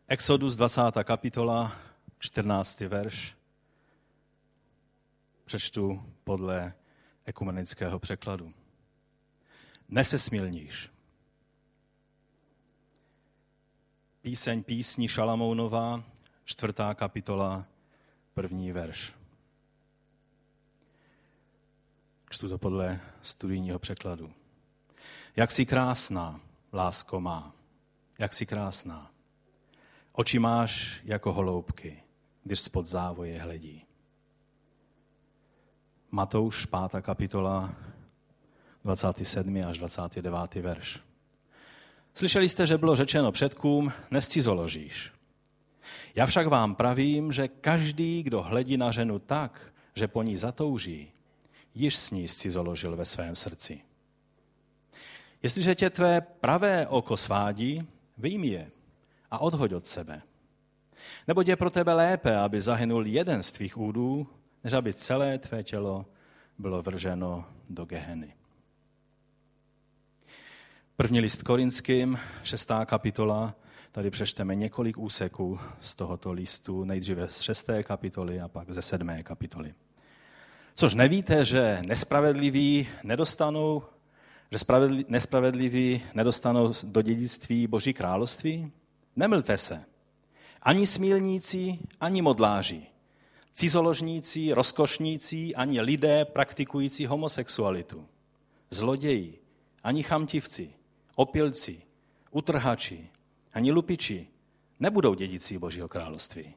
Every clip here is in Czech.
Exodus 20. kapitola, 14. verš. Přečtu podle ekumenického překladu. Nesesmilníš. Píseň písní Šalamounová, 4. kapitola, 1. verš. Čtu to podle studijního překladu. Jak jsi krásná, lásko má, jak jsi krásná. Oči máš jako holoubky, když spod závoje hledí. Matouš, 5. kapitola, 27. až 29. verš. Slyšeli jste, že bylo řečeno předkům, nescizoložíš. Já však vám pravím, že každý, kdo hledí na ženu tak, že po ní zatouží, již s ní scizoložil ve svém srdci. Jestliže tě tvé pravé oko svádí, vyjmi je a odhoď od sebe. Neboť je pro tebe lépe, aby zahynul jeden z tvých údů, než aby celé tvé tělo bylo vrženo do Geheny. První list Korinským, 6. kapitola, tady přečteme několik úseků z tohoto listu, nejdříve z 6. kapitoly a pak ze 7. kapitoly. Což nevíte, že nespravedliví nedostanou do dědictví Boží království? Nemylte se. Ani smilníci, ani modláři, cizoložníci, rozkošníci, ani lidé praktikující homosexualitu, zloději, ani chamtivci, opilci, utrhači, ani lupiči nebudou dědicí Božího království.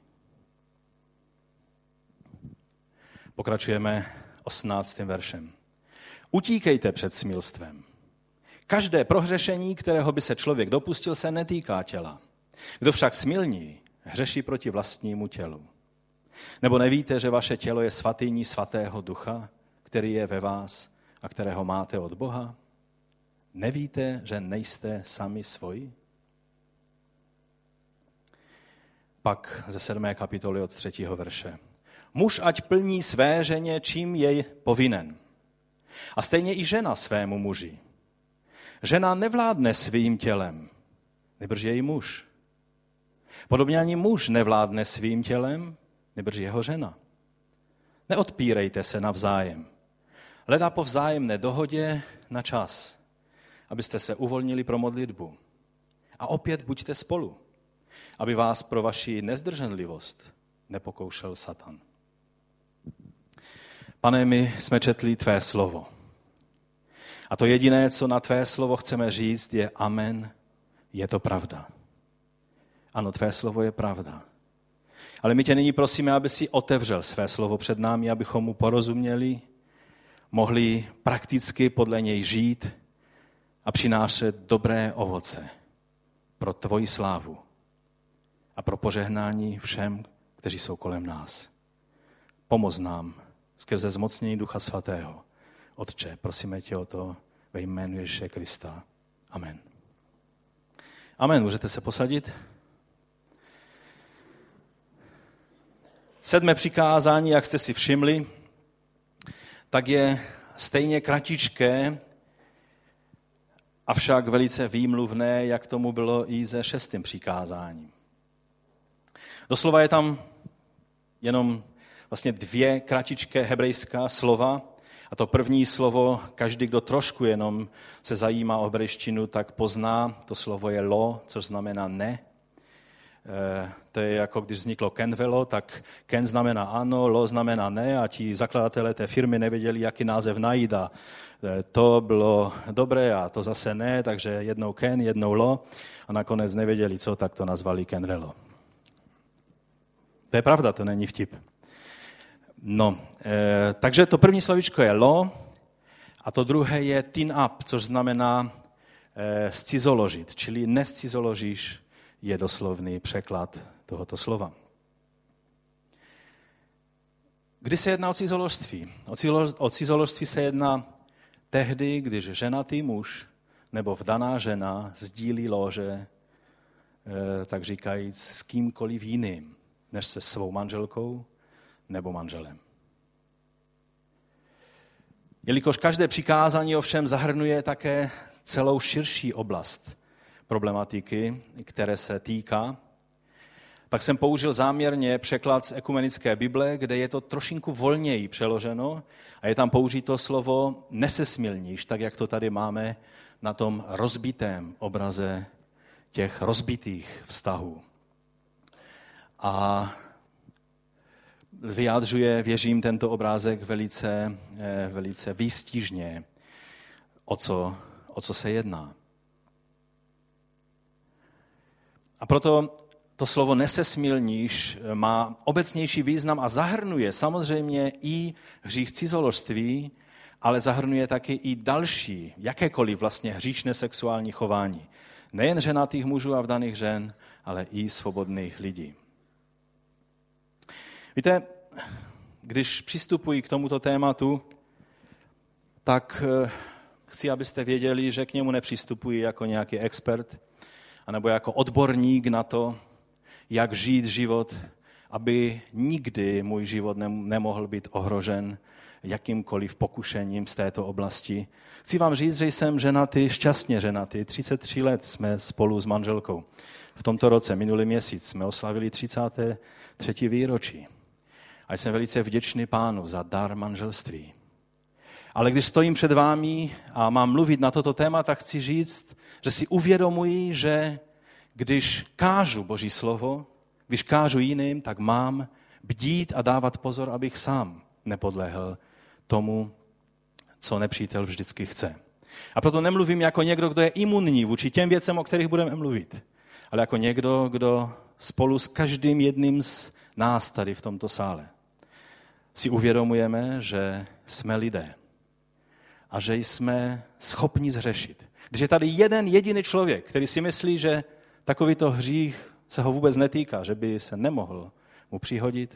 Pokračujeme 18. veršem. Utíkejte před smilstvem. Každé prohřešení, kterého by se člověk dopustil, se netýká těla. Kdo však smilní, hřeší proti vlastnímu tělu. Nebo nevíte, že vaše tělo je svatyní svatého ducha, který je ve vás a kterého máte od Boha? Nevíte, že nejste sami svoji? Pak ze 7. kapitoly od 3. verše. Muž ať plní své ženě, čím je povinen. A stejně i žena svému muži. Žena nevládne svým tělem, nýbrž její muž. Podobně ani muž nevládne svým tělem, nýbrž jeho žena. Neodpírejte se navzájem. Hledá po vzájemné dohodě na čas, abyste se uvolnili pro modlitbu. A opět buďte spolu, aby vás pro vaši nezdrženlivost nepokoušel Satan. Pane, my jsme četli tvé slovo. A to jediné, co na tvé slovo chceme říct, je amen, je to pravda. Ano, tvé slovo je pravda. Ale my tě nyní prosíme, aby si otevřel své slovo před námi, abychom mu porozuměli, mohli prakticky podle něj žít a přinášet dobré ovoce pro tvoji slávu a pro požehnání všem, kteří jsou kolem nás. Pomoz nám skrze zmocnění Ducha Svatého. Otče, prosíme tě o to ve jménu Ježíše Krista. Amen. Amen. Můžete se posadit? 7. přikázání, jak jste si všimli, tak je stejně kratičké, avšak velice výmluvné, jak tomu bylo i se 6. přikázáním. Doslova je tam jenom vlastně 2 kratičké hebrejská slova. A to první slovo, každý, kdo trošku jenom se zajímá o hebrejštinu, tak pozná, to slovo je lo, což znamená ne. To je jako když vzniklo Kenvelo, tak Ken znamená ano, lo znamená ne a ti zakladatelé té firmy nevěděli, jaký název najít a to bylo dobré a to zase ne, takže jednou Ken, jednou lo a nakonec nevěděli co, tak to nazvali Kenvelo. To je pravda, to není vtip. No, takže to první slovíčko je lo a to druhé je tin up, což znamená scizoložit, čili nescizoložíš je doslovný překlad tohoto slova. Kdy se jedná o cizoložství? O cizoložství se jedná tehdy, když ženatý muž nebo vdaná žena sdílí lóže, tak říkajíc, s kýmkoliv jiným, než se svou manželkou nebo manželem. Jelikož každé přikázání ovšem zahrnuje také celou širší oblast problematiky, které se týká, tak jsem použil záměrně překlad z ekumenické Bible, kde je to trošinku volněji přeloženo a je tam použito slovo nesesmilníš, tak jak to tady máme na tom rozbitém obraze těch rozbitých vztahů. A vyjádřuje, věřím, tento obrázek velice výstižně, o co se jedná. A proto to slovo nesesmilníš má obecnější význam a zahrnuje samozřejmě i hřích cizoložství, ale zahrnuje taky i další, jakékoliv vlastně hříšné sexuální chování. Nejen ženatých mužů a vdaných žen, ale i svobodných lidí. Víte, když přistupuji k tomuto tématu, tak chci, abyste věděli, že k němu nepřistupuji jako nějaký expert, anebo jako odborník na to, jak žít život, aby nikdy můj život nemohl být ohrožen jakýmkoliv pokušením z této oblasti. Chci vám říct, že jsem ženatý, šťastně ženatý. 33 let jsme spolu s manželkou. V tomto roce, minulý měsíc, jsme oslavili 33. výročí. A jsem velice vděčný Pánu za dar manželství. Ale když stojím před vámi a mám mluvit na toto téma, tak chci říct, že si uvědomuji, že když kážu Boží slovo, když kážu jiným, tak mám bdít a dávat pozor, abych sám nepodlehl tomu, co nepřítel vždycky chce. A proto nemluvím jako někdo, kdo je imunní vůči těm věcem, o kterých budeme mluvit, ale jako někdo, kdo spolu s každým jedním z nás tady v tomto sále si uvědomujeme, že jsme lidé a že jsme schopni zhřešit. Když je tady jeden jediný člověk, který si myslí, že takovýto hřích se ho vůbec netýká, že by se nemohl mu přihodit,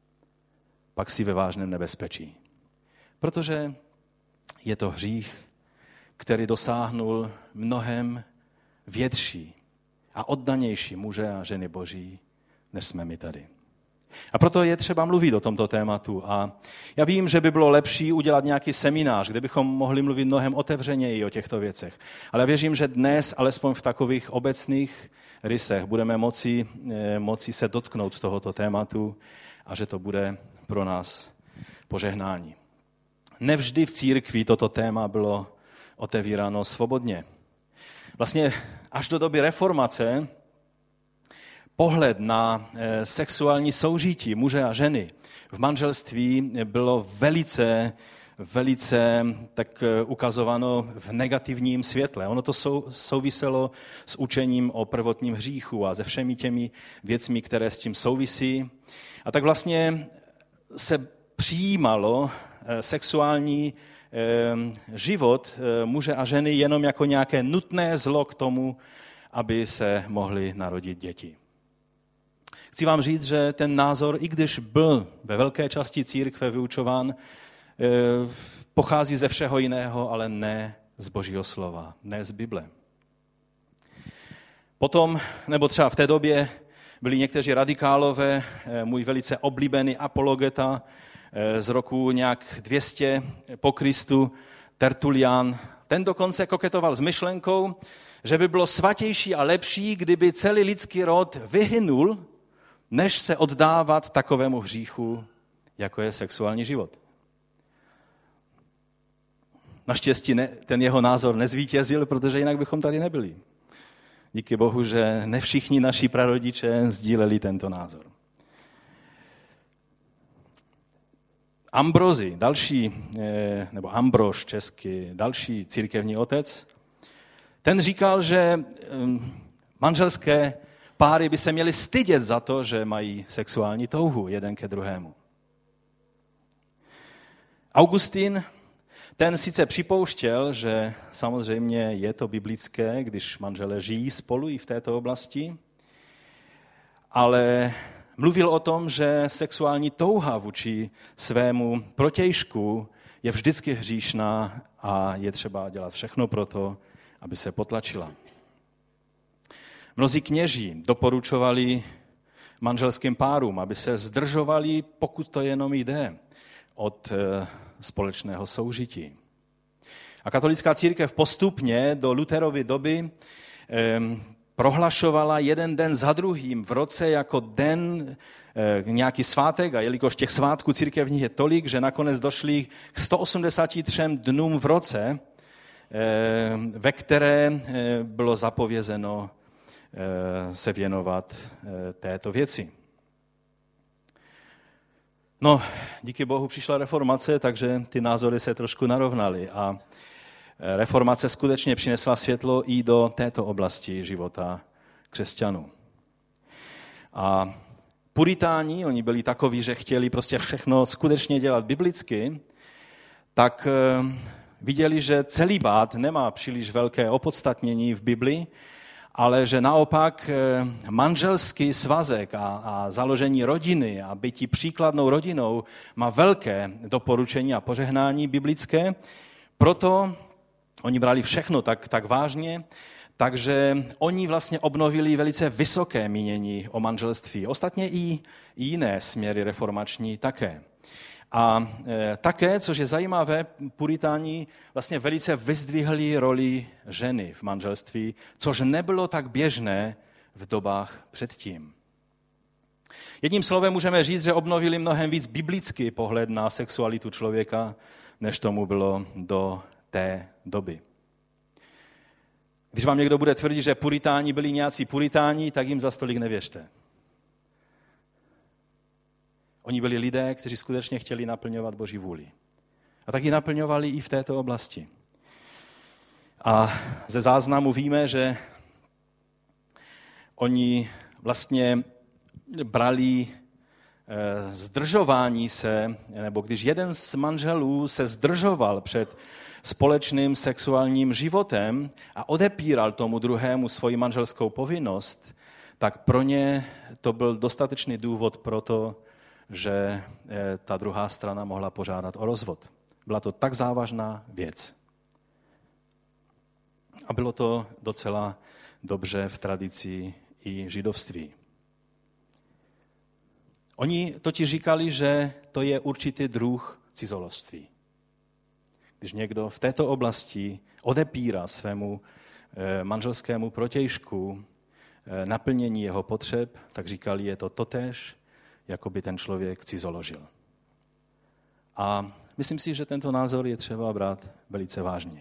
pak si ve vážném nebezpečí. Protože je to hřích, který dosáhnul mnohem větší a oddanější muže a ženy Boží, než jsme my tady. A proto je třeba mluvit o tomto tématu. A já vím, že by bylo lepší udělat nějaký seminář, kde bychom mohli mluvit mnohem otevřeněji o těchto věcech. Ale věřím, že dnes, alespoň v takových obecných rysech, budeme moci se dotknout tohoto tématu a že to bude pro nás požehnání. Nevždy v církvi toto téma bylo otevíráno svobodně. Vlastně až do doby reformace pohled na sexuální soužití muže a ženy v manželství bylo velice tak ukazováno v negativním světle. Ono to souviselo s učením o prvotním hříchu a se všemi těmi věcmi, které s tím souvisí. A tak vlastně se přijímalo sexuální život muže a ženy jenom jako nějaké nutné zlo k tomu, aby se mohly narodit děti. Chci vám říct, že ten názor, i když byl ve velké části církve vyučován, pochází ze všeho jiného, ale ne z Božího slova, ne z Bible. Potom, nebo třeba v té době, byli někteří radikálové, můj velice oblíbený apologeta z roku nějak 200 po Kristu, Tertulian. Ten dokonce koketoval s myšlenkou, že by bylo svatější a lepší, kdyby celý lidský rod vyhynul, než se oddávat takovému hříchu, jako je sexuální život. Naštěstí ten jeho názor nezvítězil, protože jinak bychom tady nebyli. Díky Bohu, že ne všichni naši prarodiče sdíleli tento názor. Ambrozi, nebo Ambrož česky, další církevní otec, ten říkal, že manželské páry by se měly stydět za to, že mají sexuální touhu jeden ke druhému. Augustín, ten sice připouštěl, že samozřejmě je to biblické, když manželé žijí spolu i v této oblasti, ale mluvil o tom, že sexuální touha vůči svému protějšku je vždycky hříšná a je třeba dělat všechno pro to, aby se potlačila. Mnozí kněží doporučovali manželským párům, aby se zdržovali, pokud to jenom jde, od společného soužití. A katolická církev postupně do Lutherovy doby prohlašovala jeden den za druhým v roce jako den, nějaký svátek, a jelikož těch svátků církevních je tolik, že nakonec došli k 183 dnům v roce, ve které bylo zapovězeno se věnovat této věci. No, díky Bohu přišla reformace, takže ty názory se trošku narovnaly a reformace skutečně přinesla světlo i do této oblasti života křesťanů. A puritáni, oni byli takoví, že chtěli prostě všechno skutečně dělat biblicky, tak viděli, že celibát nemá příliš velké opodstatnění v Biblii, ale že naopak manželský svazek a založení rodiny a bytí příkladnou rodinou má velké doporučení a požehnání biblické. Proto oni brali všechno tak vážně, takže oni vlastně obnovili velice vysoké mínění o manželství. Ostatně i jiné směry reformační také. A také, což je zajímavé, puritáni vlastně velice vyzdvihli roli ženy v manželství, což nebylo tak běžné v dobách předtím. Jedním slovem můžeme říct, že obnovili mnohem víc biblický pohled na sexualitu člověka, než tomu bylo do té doby. Když vám někdo bude tvrdit, že puritáni byli nějací puritáni, tak jim za stolik nevěřte. Oni byli lidé, kteří skutečně chtěli naplňovat Boží vůli. A tak ji naplňovali i v této oblasti. A ze záznamu víme, že oni vlastně brali zdržování se, nebo když jeden z manželů se zdržoval před společným sexuálním životem a odepíral tomu druhému svoji manželskou povinnost, tak pro ně to byl dostatečný důvod pro to, že ta druhá strana mohla požádat o rozvod. Byla to tak závažná věc. A bylo to docela dobře v tradici i židovství. Oni totiž říkali, že to je určitý druh cizoloství. Když někdo v této oblasti odepírá svému manželskému protějšku naplnění jeho potřeb, tak říkali, je to totéž, jako by ten člověk cizoložil. A myslím si, že tento názor je třeba brát velice vážně.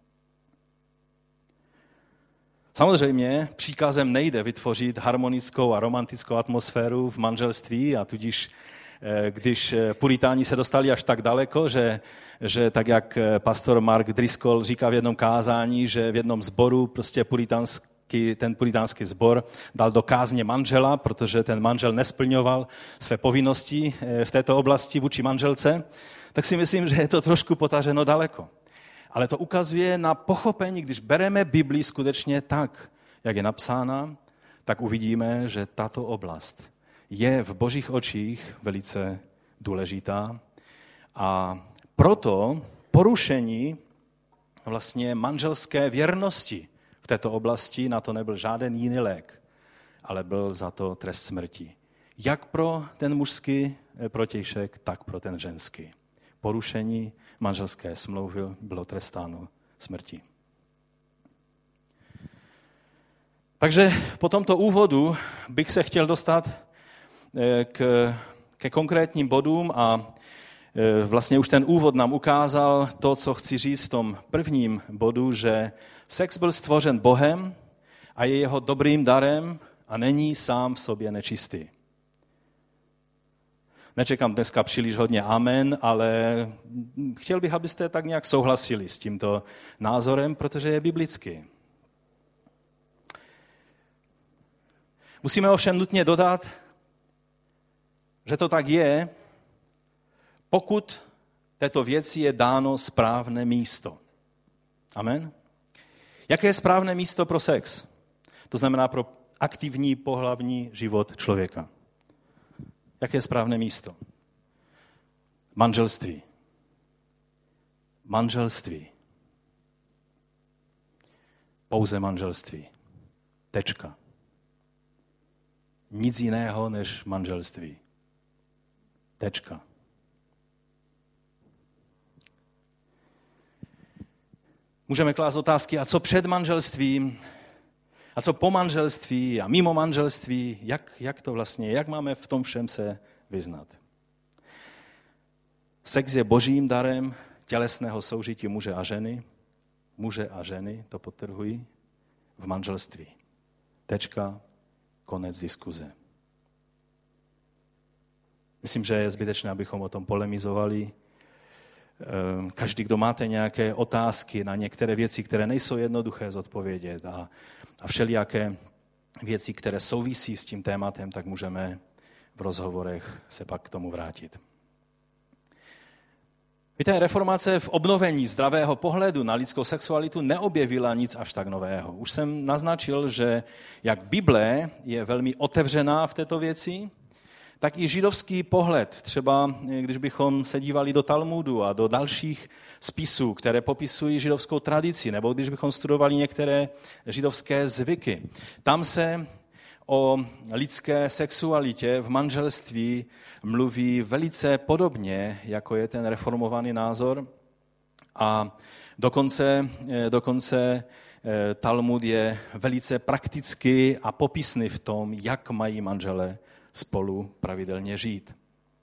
Samozřejmě příkazem nejde vytvořit harmonickou a romantickou atmosféru v manželství a tudíž, když puritáni se dostali až tak daleko, že tak jak pastor Mark Driscoll říká v jednom kázání, že v jednom sboru prostě ten puritánský sbor dal do kázně manžela, protože ten manžel nesplňoval své povinnosti v této oblasti vůči manželce, tak si myslím, že je to trošku potaženo daleko. Ale to ukazuje na pochopení, když bereme Biblii skutečně tak, jak je napsána, tak uvidíme, že tato oblast je v Božích očích velice důležitá a proto porušení vlastně manželské věrnosti v této oblasti na to nebyl žádný jiný lék, ale byl za to trest smrti. Jak pro ten mužský protějšek, tak pro ten ženský. Porušení manželské smlouvy bylo trestáno smrtí. Takže po tomto úvodu bych se chtěl dostat ke konkrétním bodům a vlastně už ten úvod nám ukázal to, co chci říct v tom prvním bodu, že sex byl stvořen Bohem a je jeho dobrým darem a není sám v sobě nečistý. Nečekám dneska příliš hodně amen, ale chtěl bych, abyste tak nějak souhlasili s tímto názorem, protože je biblický. Musíme ovšem nutně dodat, že to tak je, pokud této věci je dáno správné místo. Amen? Jaké je správné místo pro sex? To znamená pro aktivní pohlavní život člověka. Jaké je správné místo? Manželství. Manželství. Pouze manželství. Tečka. Nic jiného než manželství. Tečka. Můžeme klást otázky, a co před manželstvím? A co po manželství a mimo manželství, jak to vlastně, jak máme v tom všem se vyznat? Sex je božím darem tělesného soužití muže a ženy, to podtrhuji, v manželství. Tečka, konec diskuze. Myslím, že je zbytečné, abychom o tom polemizovali. Každý, kdo máte nějaké otázky na některé věci, které nejsou jednoduché zodpovědět a všelijaké věci, které souvisí s tím tématem, tak můžeme v rozhovorech se pak k tomu vrátit. Víte, reformace v obnovení zdravého pohledu na lidskou sexualitu neobjevila nic až tak nového. Už jsem naznačil, že jak Bible je velmi otevřená v této věci, tak i židovský pohled, třeba když bychom se dívali do Talmudu a do dalších spisů, které popisují židovskou tradici, nebo když bychom studovali některé židovské zvyky. Tam se o lidské sexualitě v manželství mluví velice podobně, jako je ten reformovaný názor. A dokonce Talmud je velice praktický a popisný v tom, jak mají manželé spolu pravidelně žít.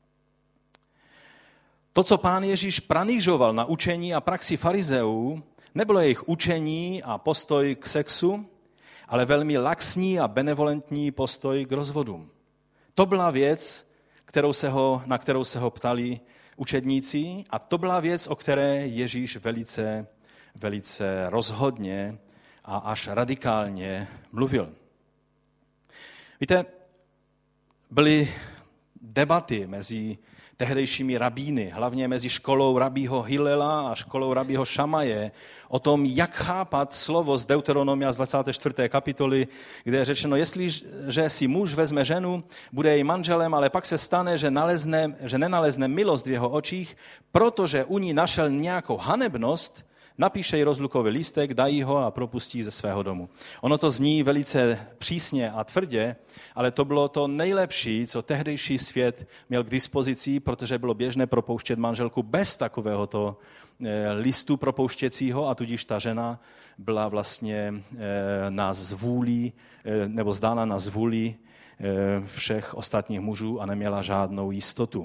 To, co Pán Ježíš pranýžoval na učení a praxi farizeů, nebylo jejich učení a postoj k sexu, ale velmi laxní a benevolentní postoj k rozvodům. To byla věc, na kterou se ho ptali učedníci, a to byla věc, o které Ježíš velice rozhodně a až radikálně mluvil. Víte, byly debaty mezi tehdejšími rabíny, hlavně mezi školou rabího Hilela a školou rabího Šamaje, o tom, jak chápat slovo z Deuteronomia z 24. kapitoly, kde je řečeno, jestliže si muž vezme ženu, bude její manželem, ale pak se stane, že nenalezne milost v jeho očích, protože u ní našel nějakou hanebnost, napíše jí rozlukový lístek, dají ho a propustí ze svého domu. Ono to zní velice přísně a tvrdě, ale to bylo to nejlepší, co tehdejší svět měl k dispozici, protože bylo běžné propouštět manželku bez takovéhoto listu propouštěcího, a tudíž ta žena byla vlastně na zvůli, nebo zdána na zvůli všech ostatních mužů a neměla žádnou jistotu.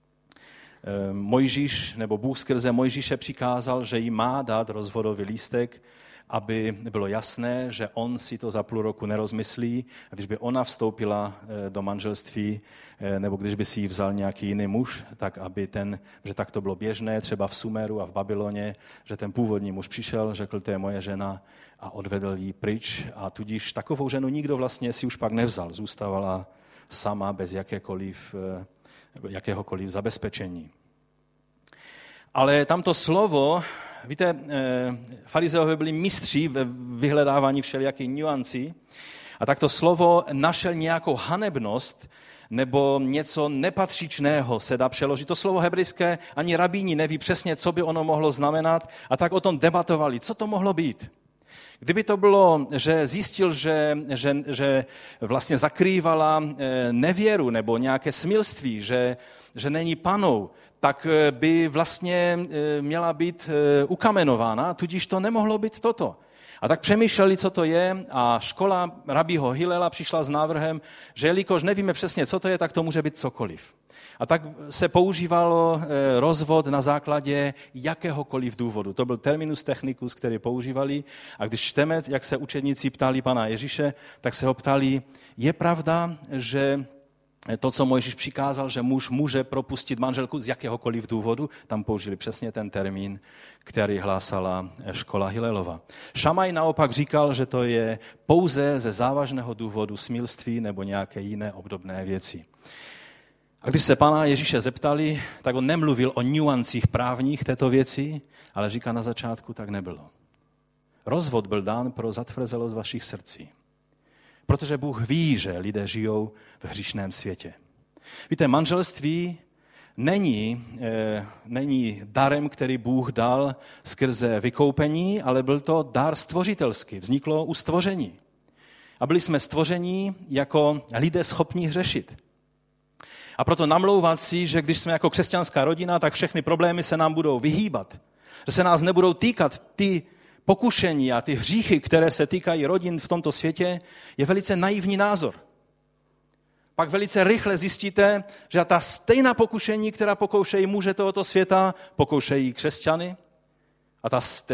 Mojžíš, nebo Bůh skrze Mojžíše přikázal, že jí má dát rozvodový lístek, aby bylo jasné, že on si to za půl roku nerozmyslí, a když by ona vstoupila do manželství, nebo když by si ji vzal nějaký jiný muž, tak aby že tak to bylo běžné, třeba v Sumeru a v Babyloně, že ten původní muž přišel, řekl, to je moje žena, a odvedl ji pryč, a tudíž takovou ženu nikdo vlastně si už pak nevzal, zůstávala sama bez jakéhokoliv zabezpečení. Ale tamto slovo, víte, farizeové byli mistří ve vyhledávání všelijakých nuancí, a tak to slovo našel nějakou hanebnost nebo něco nepatřičného, se dá přeložit. To slovo hebrejské ani rabíni neví přesně, co by ono mohlo znamenat, a tak o tom debatovali, co to mohlo být. Kdyby to bylo, že zjistil, že vlastně zakrývala nevěru nebo nějaké smilství, že není panou, tak by vlastně měla být ukamenována, tudíž to nemohlo být toto. A tak přemýšleli, co to je, a škola rabího Hilela přišla s návrhem, že jelikož nevíme přesně, co to je, tak to může být cokoliv. A tak se používalo rozvod na základě jakéhokoliv důvodu. To byl terminus technicus, který používali, a když čteme, jak se učedníci ptali Pana Ježíše, tak se ho ptali, je pravda, že to, co Mojžíš přikázal, že muž může propustit manželku z jakéhokoliv důvodu, tam použili přesně ten termín, který hlásala škola Hilelova. Šamaj naopak říkal, že to je pouze ze závažného důvodu smilství nebo nějaké jiné obdobné věci. A když se Pana Ježíše zeptali, tak on nemluvil o nuancích právních této věci, ale říká na začátku, tak nebylo. Rozvod byl dán pro zatvrzelost vašich srdcí. Protože Bůh ví, že lidé žijou v hříšném světě. Víte, manželství není darem, který Bůh dal skrze vykoupení, ale byl to dar stvořitelský. Vzniklo u stvoření. A byli jsme stvoření jako lidé schopní hřešit. A proto namlouvat si, že když jsme jako křesťanská rodina, tak všechny problémy se nám budou vyhýbat. Že se nás nebudou týkat ty pokušení a ty hříchy, které se týkají rodin v tomto světě, je velice naivní názor. Pak velice rychle zjistíte, že ta stejná pokušení, která pokoušejí muže tohoto světa, pokoušejí křesťany. A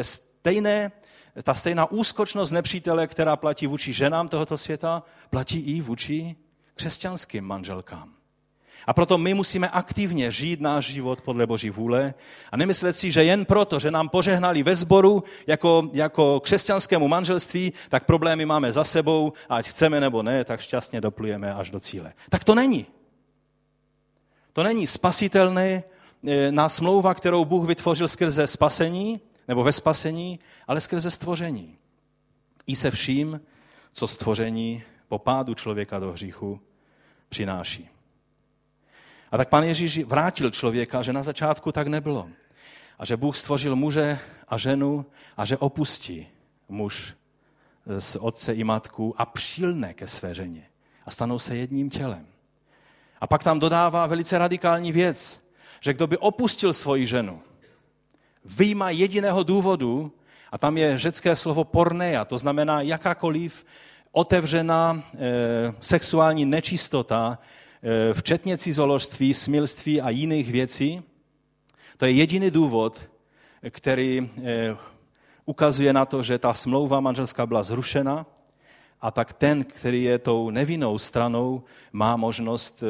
ta stejná úskočnost nepřítele, která platí vůči ženám tohoto světa, platí i vůči křesťanským manželkám. A proto my musíme aktivně žít náš život podle Boží vůle a nemyslet si, že jen proto, že nám požehnali ve sboru jako křesťanskému manželství, tak problémy máme za sebou a ať chceme nebo ne, tak šťastně doplujeme až do cíle. Tak to není. To není spasitelná smlouva, kterou Bůh vytvořil skrze spasení, nebo ve spasení, ale skrze stvoření. I se vším, co stvoření po pádu člověka do hříchu přináší. A tak Pán Ježíš vrátil člověka, že na začátku tak nebylo. A že Bůh stvořil muže a ženu a že opustí muž z otce i matku a přilne ke své ženě. A stanou se jedním tělem. A pak tam dodává velice radikální věc, že kdo by opustil svoji ženu, vyjma jediného důvodu, a tam je řecké slovo porneia, to znamená jakákoliv otevřená sexuální nečistota, včetně cizoložství, smilství a jiných věcí. To je jediný důvod, který ukazuje na to, že ta smlouva manželská byla zrušena a tak ten, který je tou nevinnou stranou, má možnost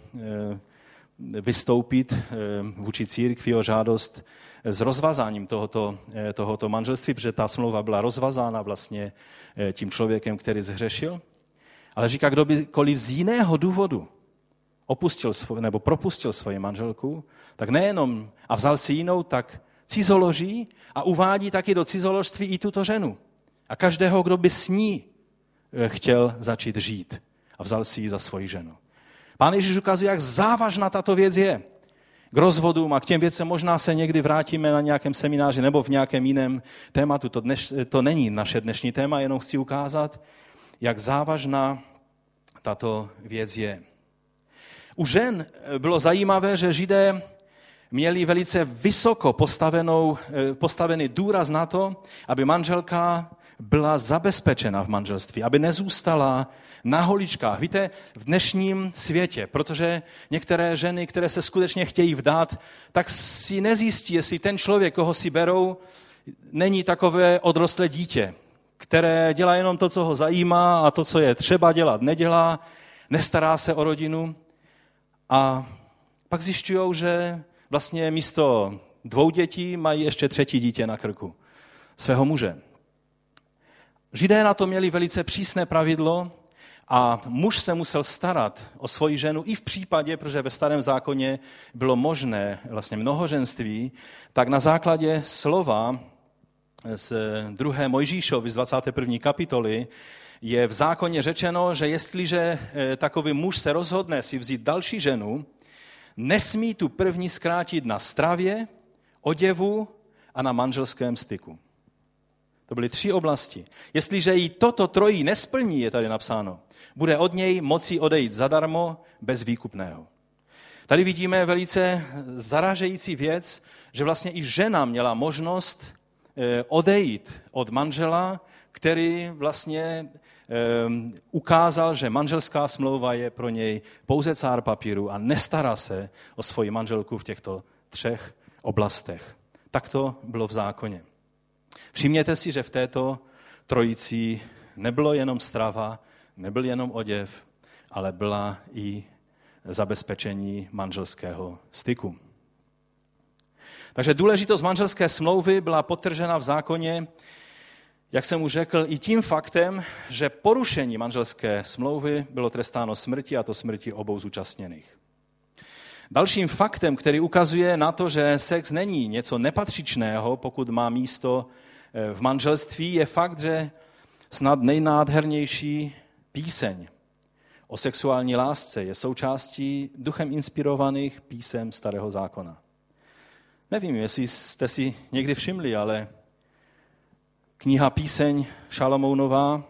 vystoupit vůči církvi o žádost s rozvazáním tohoto manželství, protože ta smlouva byla rozvazána vlastně tím člověkem, který zhřešil. Ale říká, kdo bykoliv z jiného důvodu opustil nebo propustil svoji manželku, tak nejenom a vzal si jinou, tak cizoloží a uvádí taky do cizoložství i tuto ženu. A každého, kdo by s ní chtěl začít žít a vzal si ji za svoji ženu. Pán Ježíš ukazuje, jak závažná tato věc je. K rozvodům a k těm věcem možná se někdy vrátíme na nějakém semináři nebo v nějakém jiném tématu. To není naše dnešní téma, jenom chci ukázat, jak závažná tato věc je. U žen bylo zajímavé, že Židé měli velice vysoko postavený důraz na to, aby manželka byla zabezpečena v manželství, aby nezůstala na holičkách. Víte, v dnešním světě, protože některé ženy, které se skutečně chtějí vdát, tak si nezjistí, jestli ten člověk, koho si berou, není takové odrostlé dítě, které dělá jenom to, co ho zajímá a to, co je třeba dělat, nedělá, nestará se o rodinu. A pak zjišťují, že vlastně místo 2 dětí mají ještě 3. dítě na krku svého muže. Židé na to měli velice přísné pravidlo a muž se musel starat o svoji ženu i v případě, protože ve Starém zákoně bylo možné vlastně mnohoženství, tak na základě slova z 2. Mojžíšovi z 21. kapitoly je v zákoně řečeno, že jestliže takový muž se rozhodne si vzít další ženu, nesmí tu první zkrátit na stravě, oděvu a na manželském styku. To byly 3 oblasti. Jestliže jí toto trojí nesplní, je tady napsáno, bude od něj moci odejít zadarmo bez výkupného. Tady vidíme velice zarážející věc, že vlastně i žena měla možnost odejít od manžela, který vlastně ukázal, že manželská smlouva je pro něj pouze cár papíru a nestará se o svoji manželku v těchto 3 oblastech. Tak to bylo v zákoně. Všimněte si, že v této trojici nebylo jenom strava, nebyl jenom oděv, ale byla i zabezpečení manželského styku. Takže důležitost manželské smlouvy byla podtržena v zákoně, jak jsem už řekl, i tím faktem, že porušení manželské smlouvy bylo trestáno smrtí, a to smrtí obou zúčastněných. Dalším faktem, který ukazuje na to, že sex není něco nepatřičného, pokud má místo v manželství, je fakt, že snad nejnádhernější píseň o sexuální lásce je součástí duchem inspirovaných písem Starého zákona. Nevím, jestli jste si někdy všimli, ale kniha Píseň Šalomounová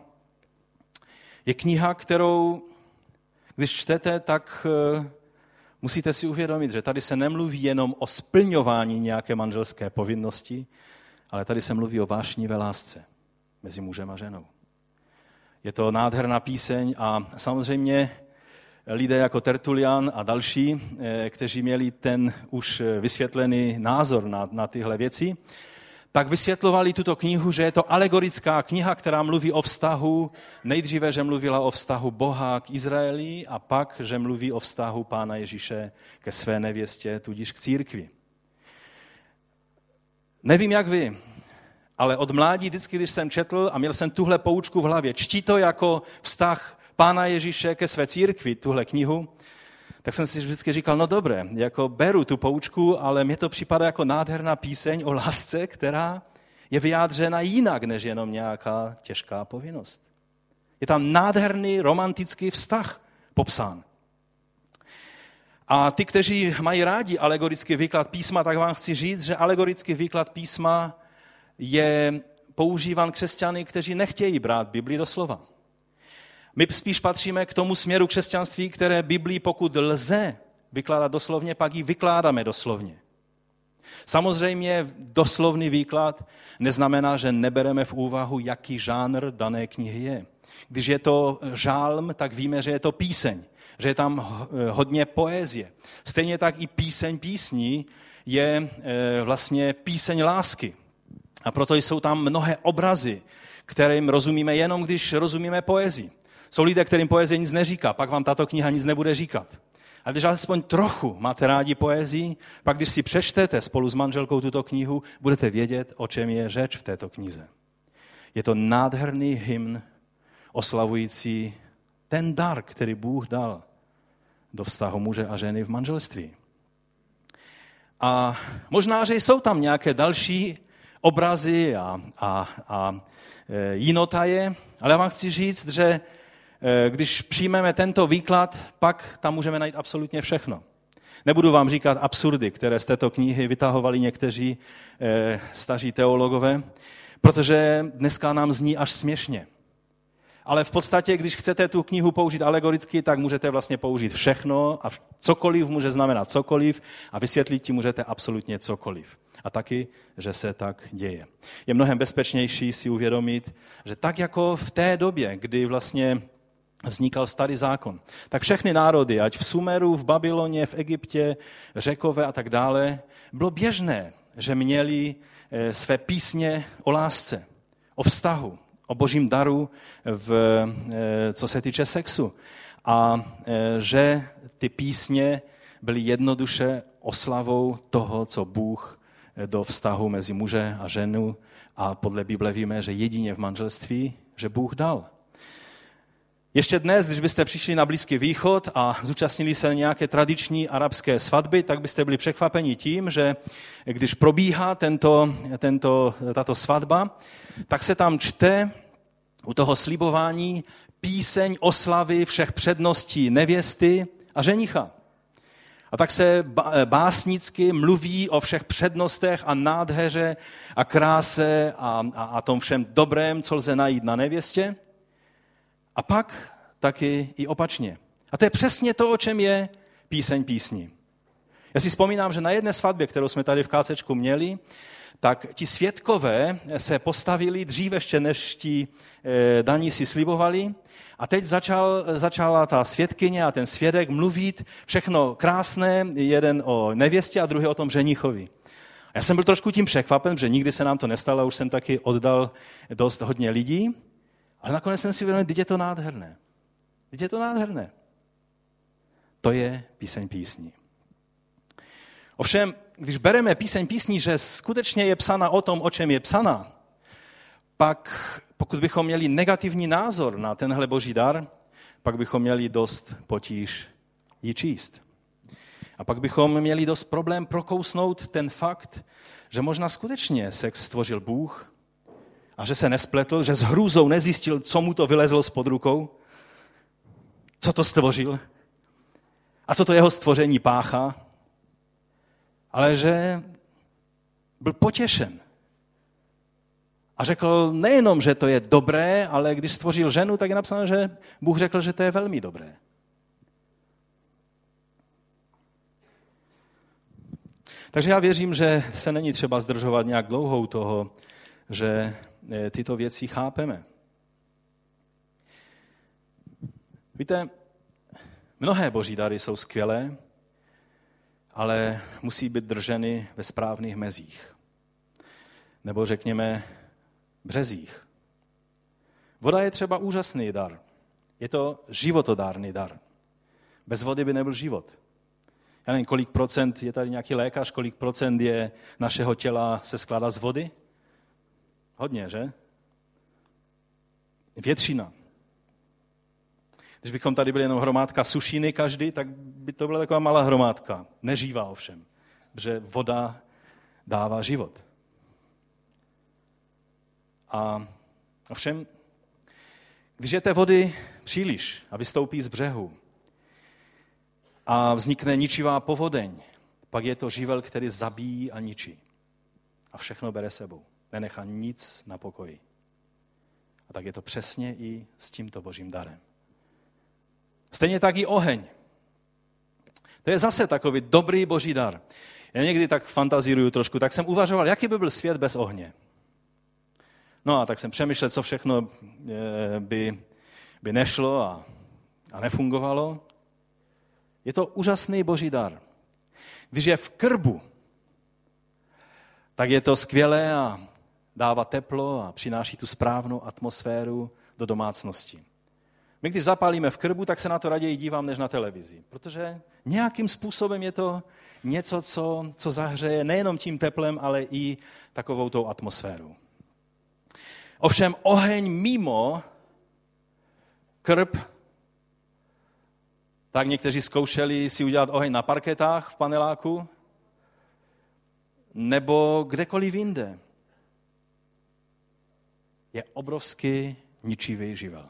je kniha, kterou, když čtete, tak musíte si uvědomit, že tady se nemluví jenom o splňování nějaké manželské povinnosti, ale tady se mluví o vášnivé lásce mezi mužem a ženou. Je to nádherná píseň a samozřejmě lidé jako Tertulian a další, kteří měli ten už vysvětlený názor na tyhle věci, tak vysvětlovali tuto knihu, že je to alegorická kniha, která mluví o vztahu, nejdříve, že mluvila o vztahu Boha k Izraeli a pak, že mluví o vztahu Pána Ježíše ke své nevěstě, tudíž k církvi. Nevím, jak vy, ale od mládí vždycky, když jsem četl a měl jsem tuhle poučku v hlavě, čti to jako vztah Pána Ježíše ke své církvi, tuhle knihu, tak jsem si vždycky říkal, no dobré, jako beru tu poučku, ale mně to připadá jako nádherná píseň o lásce, která je vyjádřena jinak, než jenom nějaká těžká povinnost. Je tam nádherný romantický vztah popsán. A ty, kteří mají rádi alegorický výklad písma, tak vám chci říct, že alegorický výklad písma je používán křesťany, kteří nechtějí brát Bibli doslova. My spíš patříme k tomu směru křesťanství, které Biblii, pokud lze vykládat doslovně, pak ji vykládáme doslovně. Samozřejmě doslovný výklad neznamená, že nebereme v úvahu, jaký žánr dané knihy je. Když je to žálm, tak víme, že je to píseň, že je tam hodně poezie. Stejně tak i píseň písní je vlastně píseň lásky. A proto jsou tam mnohé obrazy, kterým rozumíme jenom, když rozumíme poezii. Jsou lidé, kterým poezie nic neříká, pak vám tato kniha nic nebude říkat. A když alespoň trochu máte rádi poezii, pak když si přečtete spolu s manželkou tuto knihu, budete vědět, o čem je řeč v této knize. Je to nádherný hymn oslavující ten dar, který Bůh dal do vztahu muže a ženy v manželství. A možná, že jsou tam nějaké další obrazy a jinotaje, ale já vám chci říct, že když přijmeme tento výklad, pak tam můžeme najít absolutně všechno. Nebudu vám říkat absurdy, které z této knihy vytahovali někteří staří teologové, protože dneska nám zní až směšně. Ale v podstatě, když chcete tu knihu použít alegoricky, tak můžete vlastně použít všechno a cokoliv může znamenat cokoliv a vysvětlit ti můžete absolutně cokoliv. A taky, že se tak děje. Je mnohem bezpečnější si uvědomit, že tak jako v té době, kdy vlastně vznikal starý zákon, tak všechny národy, ať v Sumeru, v Babyloně, v Egyptě, Řekové a tak dále, bylo běžné, že měli své písně o lásce, o vztahu, o božím daru, co se týče sexu. A že ty písně byly jednoduše oslavou toho, co Bůh do vztahu mezi muže a ženu a podle Bible víme, že jedině v manželství, že Bůh dal. Ještě dnes, když byste přišli na Blízký východ a zúčastnili se nějaké tradiční arabské svatby, tak byste byli překvapeni tím, že když probíhá tato svatba, tak se tam čte u toho slibování píseň oslavy všech předností nevěsty a ženicha. A tak se básnicky mluví o všech přednostech a nádheře a kráse a tom všem dobrém, co lze najít na nevěstě. A pak taky i opačně. A to je přesně to, o čem je píseň písní. Já si vzpomínám, že na jedné svatbě, kterou jsme tady v KCčku měli, tak ti svědkové se postavili dříve ještě, než ti daní si slibovali. A teď začala ta svědkyně a ten svědek mluvit všechno krásné, jeden o nevěstě a druhý o tom ženichovi. A já jsem byl trošku tím překvapen, že nikdy se nám to nestalo, už jsem taky oddal dost hodně lidí, ale nakonec jsem si uvědomil, že je to nádherné. Je to nádherné. To je píseň písní. Ovšem, když bereme píseň písní, že skutečně je psána o tom, o čem je psána, pak pokud bychom měli negativní názor na tenhle boží dar, pak bychom měli dost potíž ji číst. A pak bychom měli dost problém prokousnout ten fakt, že možná skutečně sex stvořil Bůh a že se nespletl, že s hrůzou nezjistil, co mu to vylezlo spod rukou, co to stvořil a co to jeho stvoření páchá, ale že byl potěšen. A řekl nejenom, že to je dobré, ale když stvořil ženu, tak je napsáno, že Bůh řekl, že to je velmi dobré. Takže já věřím, že se není třeba zdržovat nějak dlouhou toho, že tyto věci chápeme. Víte, mnohé boží dary jsou skvělé, ale musí být drženy ve správných mezích. Nebo řekněme březích. Voda je třeba úžasný dar. Je to životodárný dar. Bez vody by nebyl život. Já nevím, kolik procent, je tady nějaký lékař, kolik procent je našeho těla se skládá z vody? Hodně, že? Většina. Když bychom tady byli jenom hromádka sušiny každý, tak by to byla taková malá hromádka. Neživá ovšem, protože voda dává život. A ovšem, když je té vody příliš a vystoupí z břehu a vznikne ničivá povodeň, pak je to živel, který zabíjí a ničí. A všechno bere sebou. Nenechá nic na pokoji. A tak je to přesně i s tímto božím darem. Stejně tak i oheň. To je zase takový dobrý boží dar. Já někdy tak fantazíruju trošku, tak jsem uvažoval, jaký by byl svět bez ohně. No a tak jsem přemýšlel, co všechno by nešlo a nefungovalo. Je to úžasný boží dar. Když je v krbu, tak je to skvělé a dává teplo a přináší tu správnou atmosféru do domácnosti. My když zapálíme v krbu, tak se na to raději dívám, než na televizi. Protože nějakým způsobem je to něco, co zahřeje nejenom tím teplem, ale i takovou tou atmosférou. Ovšem oheň mimo krb, tak někteří zkoušeli si udělat oheň na parketách v paneláku, nebo kdekoliv jinde. Je obrovský ničivý živel.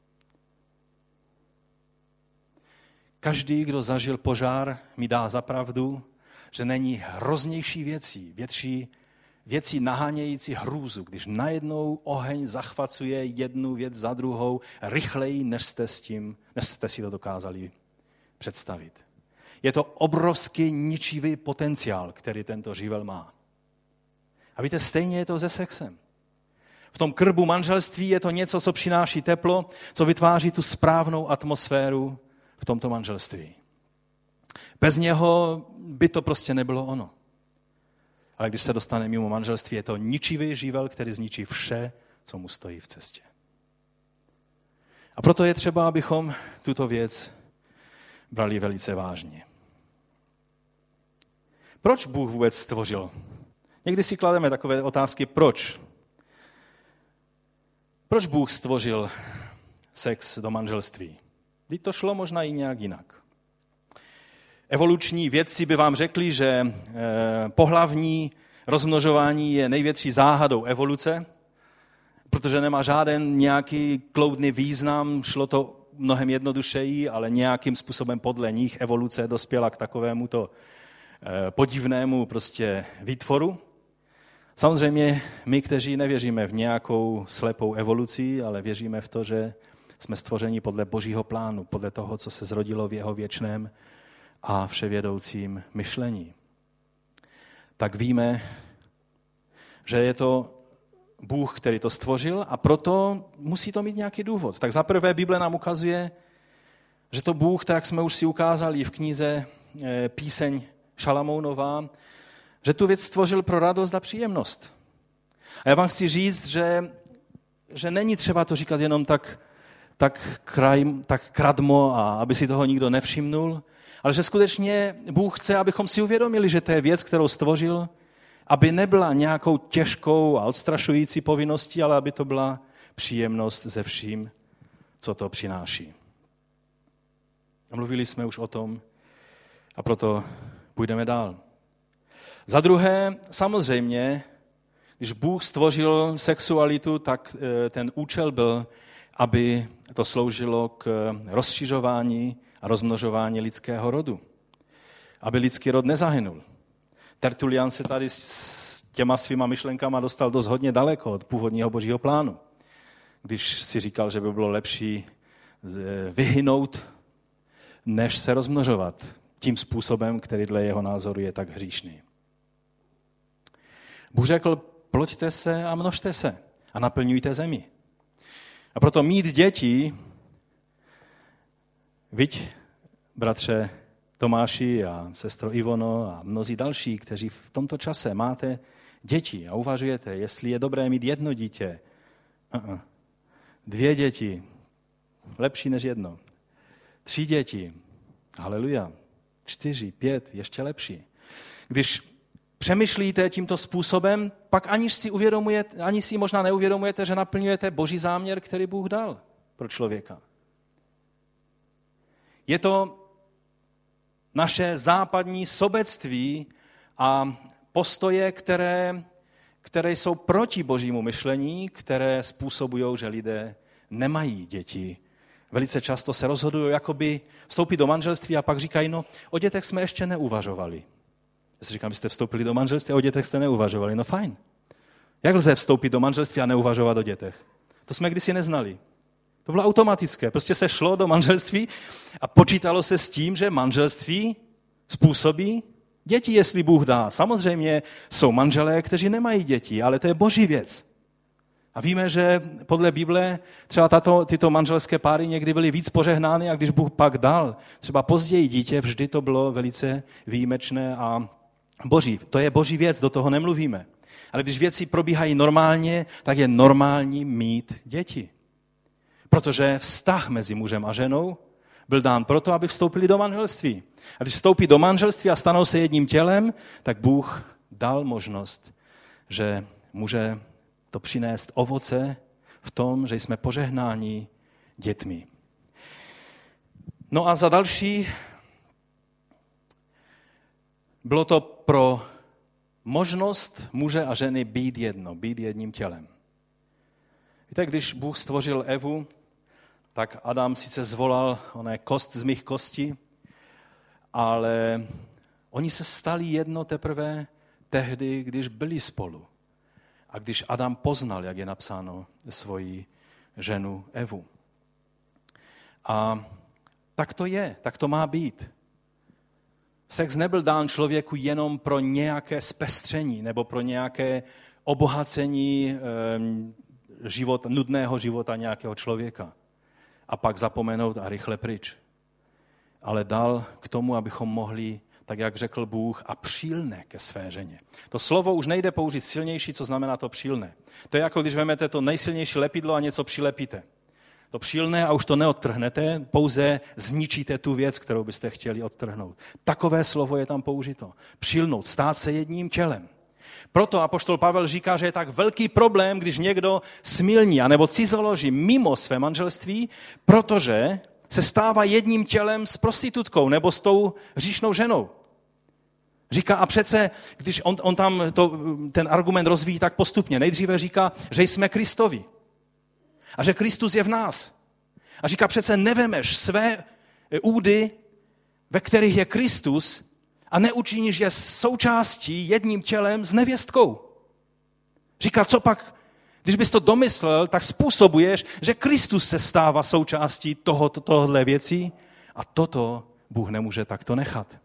Každý, kdo zažil požár, mi dá za pravdu, že není hroznější věcí nahánějící hrůzu, když najednou oheň zachvacuje jednu věc za druhou rychleji, než jste si to dokázali představit. Je to obrovský ničivý potenciál, který tento živel má. A víte, stejně je to se sexem. V tom krbu manželství je to něco, co přináší teplo, co vytváří tu správnou atmosféru v tomto manželství. Bez něho by to prostě nebylo ono. Ale když se dostane mimo manželství, je to ničivý živel, který zničí vše, co mu stojí v cestě. A proto je třeba, abychom tuto věc brali velice vážně. Proč Bůh vůbec stvořil? Někdy si klademe takové otázky, proč? Proč Bůh stvořil sex do manželství? Vždyť to šlo možná i nějak jinak. Evoluční vědci by vám řekli, že pohlavní rozmnožování je největší záhadou evoluce, protože nemá žádný nějaký kloudný význam, šlo to mnohem jednodušeji, ale nějakým způsobem podle nich evoluce dospěla k takovémuto podivnému prostě výtvoru. Samozřejmě my, kteří nevěříme v nějakou slepou evoluci, ale věříme v to, že jsme stvořeni podle Božího plánu, podle toho, co se zrodilo v jeho věčném a vševědoucím myšlení. Tak víme, že je to Bůh, který to stvořil a proto musí to mít nějaký důvod. Tak zaprvé Bible nám ukazuje, že to Bůh, tak jak jsme už si ukázali v knize Píseň Šalamounová, že tu věc stvořil pro radost a příjemnost. A já vám chci říct, že není třeba to říkat jenom tak kradmo a aby si toho nikdo nevšimnul, ale že skutečně Bůh chce, abychom si uvědomili, že to je věc, kterou stvořil, aby nebyla nějakou těžkou a odstrašující povinností, ale aby to byla příjemnost ze vším, co to přináší. A mluvili jsme už o tom a proto půjdeme dál. Za druhé, samozřejmě, když Bůh stvořil sexualitu, tak ten účel byl, aby to sloužilo k rozšiřování a rozmnožování lidského rodu. Aby lidský rod nezahynul. Tertulian se tady s těma svýma myšlenkama dostal dost hodně daleko od původního Božího plánu. Když si říkal, že by bylo lepší vyhynout, než se rozmnožovat tím způsobem, který dle jeho názoru je tak hříšný. Bůh řekl, ploďte se a množte se a naplňujte zemi. A proto mít děti, viď, bratře Tomáši a sestro Ivono a mnozí další, kteří v tomto čase máte děti a uvažujete, jestli je dobré mít jedno dítě, 2 děti, lepší než 1, 3 děti, haleluja, 4, 5, ještě lepší. Když přemýšlíte tímto způsobem, pak ani si možná neuvědomujete, že naplňujete Boží záměr, který Bůh dal pro člověka. Je to naše západní sobectví a postoje, které jsou proti Božímu myšlení, které způsobují, že lidé nemají děti. Velice často se rozhodují jakoby vstoupit do manželství a pak říkají, no o dětech jsme ještě neuvažovali. Já si říkám, vy jste vstoupili do manželství a o dětech jste neuvažovali. No fajn. Jak lze vstoupit do manželství a neuvažovat o dětech? To jsme kdysi neznali. To bylo automatické. Prostě se šlo do manželství a počítalo se s tím, že manželství způsobí děti, jestli Bůh dá. Samozřejmě jsou manželé, kteří nemají děti, ale to je Boží věc. A víme, že podle Bible třeba tyto manželské páry někdy byly víc požehnány a když Bůh pak dal třeba později dítě, vždy to bylo velice výjimečné a Boží. To je Boží věc, do toho nemluvíme. Ale když věci probíhají normálně, tak je normální mít děti. Protože vztah mezi mužem a ženou byl dán proto, aby vstoupili do manželství. A když vstoupí do manželství a stanou se jedním tělem, tak Bůh dal možnost, že může to přinést ovoce v tom, že jsme požehnáni dětmi. No a za další, bylo to pro možnost muže a ženy být jedno, být jedním tělem. Víte, když Bůh stvořil Evu, tak Adam sice zvolal, ona je kost z mých kostí, ale oni se stali jedno teprve tehdy, když byli spolu. A když Adam poznal, jak je napsáno, svoji ženu Evu. A tak to je, tak to má být. Sex nebyl dán člověku jenom pro nějaké zpestření nebo pro nějaké obohacení nudného života nějakého člověka. A pak zapomenout a rychle pryč. Ale dal k tomu, abychom mohli, tak jak řekl Bůh, a přílné ke své ženě. To slovo už nejde použít silnější, co znamená to přílné. To je jako když vezmete to nejsilnější lepidlo a něco přilepíte. To přílné a už to neodtrhnete, pouze zničíte tu věc, kterou byste chtěli odtrhnout. Takové slovo je tam použito. Přilnout, stát se jedním tělem. Proto apoštol Pavel říká, že je tak velký problém, když někdo smilní anebo cizoloží mimo své manželství, protože se stává jedním tělem s prostitutkou nebo s tou hříšnou ženou. Říká, a přece, když on tam ten argument rozvíjí tak postupně, nejdříve říká, že jsme Kristovi a že Kristus je v nás. A říká, přece nevemeš své údy, ve kterých je Kristus, a neučiníš je součástí jedním tělem s nevěstkou. Říká, co pak, když bys to domyslel, tak způsobuješ, že Kristus se stává součástí tohohle věcí a toto Bůh nemůže takto nechat.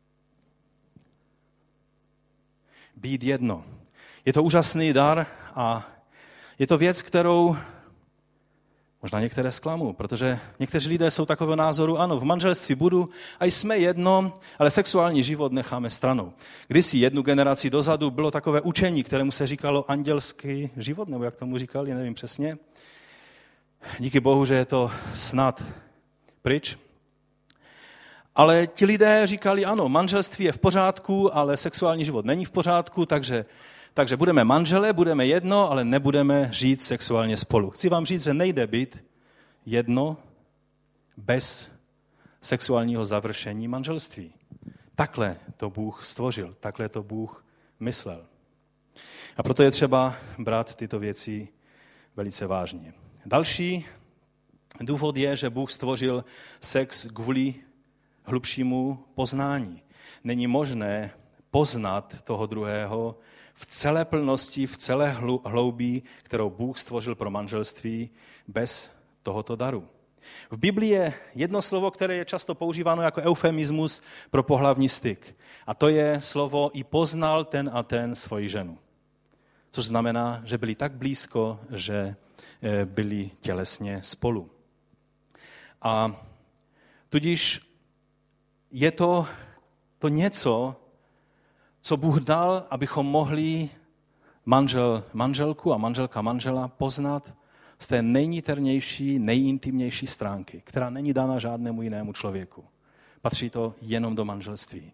Být jedno. Je to úžasný dar a je to věc, kterou možná některé zklamu, protože někteří lidé jsou takového názoru, ano, v manželství budu a jsme jedno, ale sexuální život necháme stranou. Kdysi jednu generaci dozadu bylo takové učení, kterému se říkalo andělský život, nebo jak tomu říkali, nevím přesně. Díky Bohu, že je to snad pryč. Ale ti lidé říkali, ano, manželství je v pořádku, ale sexuální život není v pořádku, takže budeme manželé, budeme jedno, ale nebudeme žít sexuálně spolu. Chci vám říct, že nejde být jedno bez sexuálního završení manželství. Takhle to Bůh stvořil, takhle to Bůh myslel. A proto je třeba brát tyto věci velice vážně. Další důvod je, že Bůh stvořil sex kvůli hlubšímu poznání. Není možné poznat toho druhého v celé plnosti, v celé hloubí, kterou Bůh stvořil pro manželství bez tohoto daru. V Biblii je jedno slovo, které je často používáno jako eufemismus pro pohlavní styk. A to je slovo i poznal ten a ten svoji ženu. což znamená, že byli tak blízko, že byli tělesně spolu. A tudíž je to něco, co Bůh dal, abychom mohli manželku a manželka manžela poznat z té nejniternější, nejintimnější stránky, která není dána žádnému jinému člověku. Patří to jenom do manželství.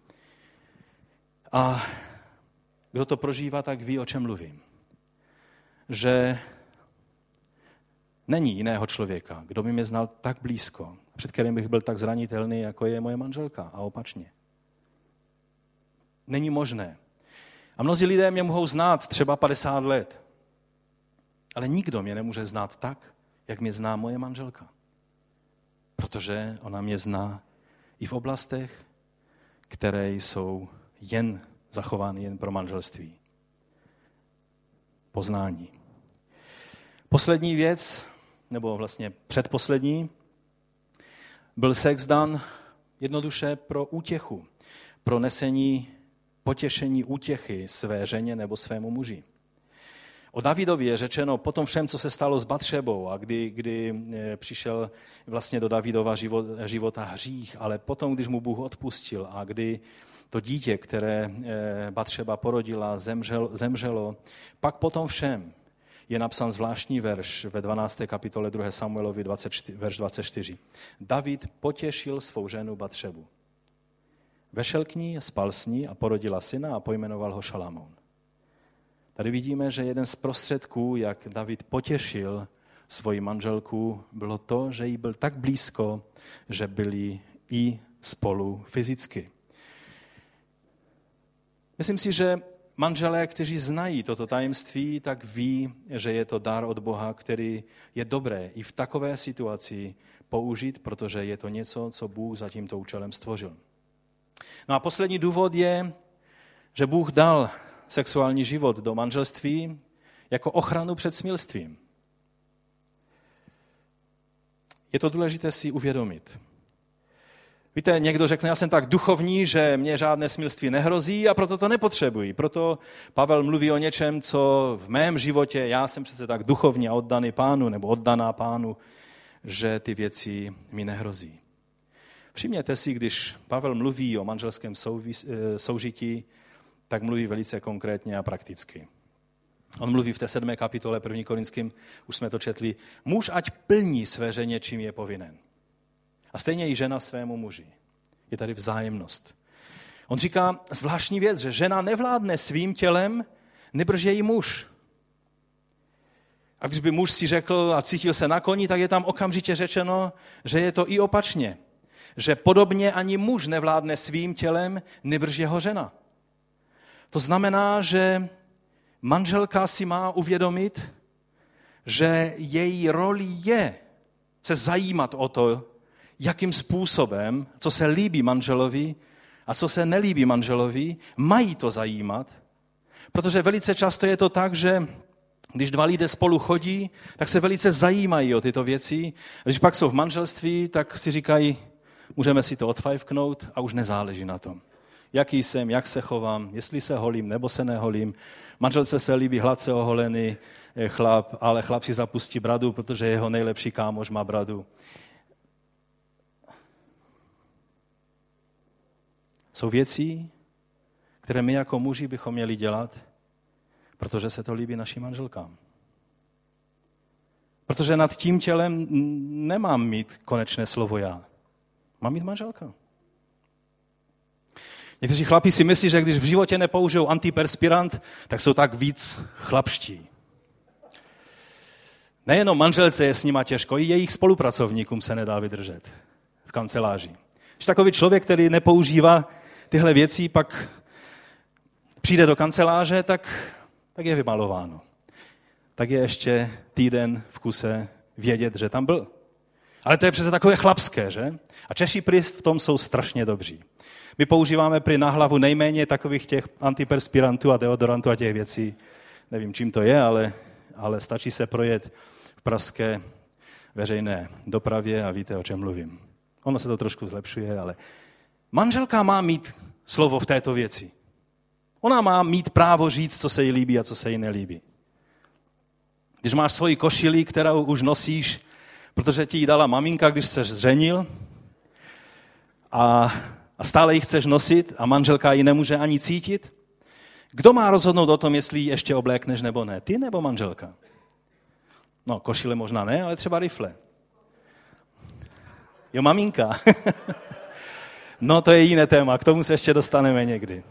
A kdo to prožívá, tak ví, o čem mluvím. Že není jiného člověka, kdo by mě znal tak blízko, před kterým bych byl tak zranitelný, jako je moje manželka a opačně. Není možné. A mnozí lidé mě mohou znát třeba 50 let, ale nikdo mě nemůže znát tak, jak mě zná moje manželka. Protože ona mě zná i v oblastech, které jsou jen zachovány jen pro manželství. Poznání. Poslední věc, nebo vlastně předposlední, byl sex dan jednoduše pro útěchu, pro nesení potěšení útěchy své ženě nebo svému muži. O Davidovi je řečeno po tom všem, co se stalo s Batšebou a kdy přišel vlastně do Davidova života hřích, ale potom, když mu Bůh odpustil a kdy to dítě, které Batšeba porodila, zemřelo, pak po tom všem je napsán zvláštní verš ve 12. kapitole 2. Samuelovi verš 24. David potěšil svou ženu Batšebu. Vešel k ní, spal s ní a porodila syna a pojmenoval ho Šalamoun. Tady vidíme, že jeden z prostředků, jak David potěšil svoji manželku, bylo to, že jí byl tak blízko, že byli i spolu fyzicky. Myslím si, že manželé, kteří znají toto tajemství, tak ví, že je to dar od Boha, který je dobré i v takové situaci použít, protože je to něco, co Bůh za tímto účelem stvořil. No a poslední důvod je, že Bůh dal sexuální život do manželství jako ochranu před smilstvím. Je to důležité si uvědomit. Víte, někdo řekne, já jsem tak duchovní, že mě žádné smilství nehrozí a proto to nepotřebuji. Proto Pavel mluví o něčem, co v mém životě, já jsem přece tak duchovní a oddaný Pánu nebo oddaná Pánu, že ty věci mi nehrozí. Všimněte si, když Pavel mluví o manželském soužití, tak mluví velice konkrétně a prakticky. On mluví v té 7. kapitole 1. Korinským, už jsme to četli, muž ať plní své ženě, čím je povinen. A stejně i žena svému muži. Je tady vzájemnost. On říká zvláštní věc, že žena nevládne svým tělem, nýbrž její muž. A když by muž si řekl a cítil se na koni, tak je tam okamžitě řečeno, že je to i opačně. Že podobně ani muž nevládne svým tělem, nýbrž jeho žena. To znamená, že manželka si má uvědomit, že její roli je se zajímat o to, jakým způsobem, co se líbí manželovi a co se nelíbí manželovi, mají to zajímat, protože velice často je to tak, že když dva lidé spolu chodí, tak se velice zajímají o tyto věci. Když pak jsou v manželství, tak si říkají, můžeme si to odfajfknout a už nezáleží na tom. Jaký jsem, jak se chovám, jestli se holím nebo se neholím. Manželce se líbí hladce oholený chlap, ale chlap si zapustí bradu, protože jeho nejlepší kámoš má bradu. Jsou věci, které my jako muži bychom měli dělat, protože se to líbí našim manželkám. Protože nad tím tělem nemám mít konečné slovo já. Mám mít manželka. Někteří chlapi si myslí, že když v životě nepoužijou antiperspirant, tak jsou tak víc chlapští. Nejenom manželce je s nima těžko, i jejich spolupracovníkům se nedá vydržet v kanceláři. Když takový člověk, který nepoužívá tyhle věci, pak přijde do kanceláře, tak je vymalováno. Tak je ještě týden v kuse vědět, že tam byl. Ale to je přece takové chlapské, že? A Češi prý v tom jsou strašně dobří. My používáme prý na hlavu nejméně takových těch antiperspirantů a deodorantů a těch věcí. Nevím, čím to je, ale stačí se projet v pražské veřejné dopravě a víte, o čem mluvím. Ono se to trošku zlepšuje, ale manželka má mít slovo v této věci. Ona má mít právo říct, co se jí líbí a co se jí nelíbí. Když máš svoji košili, kterou už nosíš, protože ti ji dala maminka, když se zženil a stále ji chceš nosit a manželka ji nemůže ani cítit, kdo má rozhodnout o tom, jestli ji ještě oblékneš nebo ne? Ty nebo manželka? No, košile možná ne, ale třeba rifle. Jo, maminka. No, to je jiné téma, k tomu se ještě dostaneme někdy.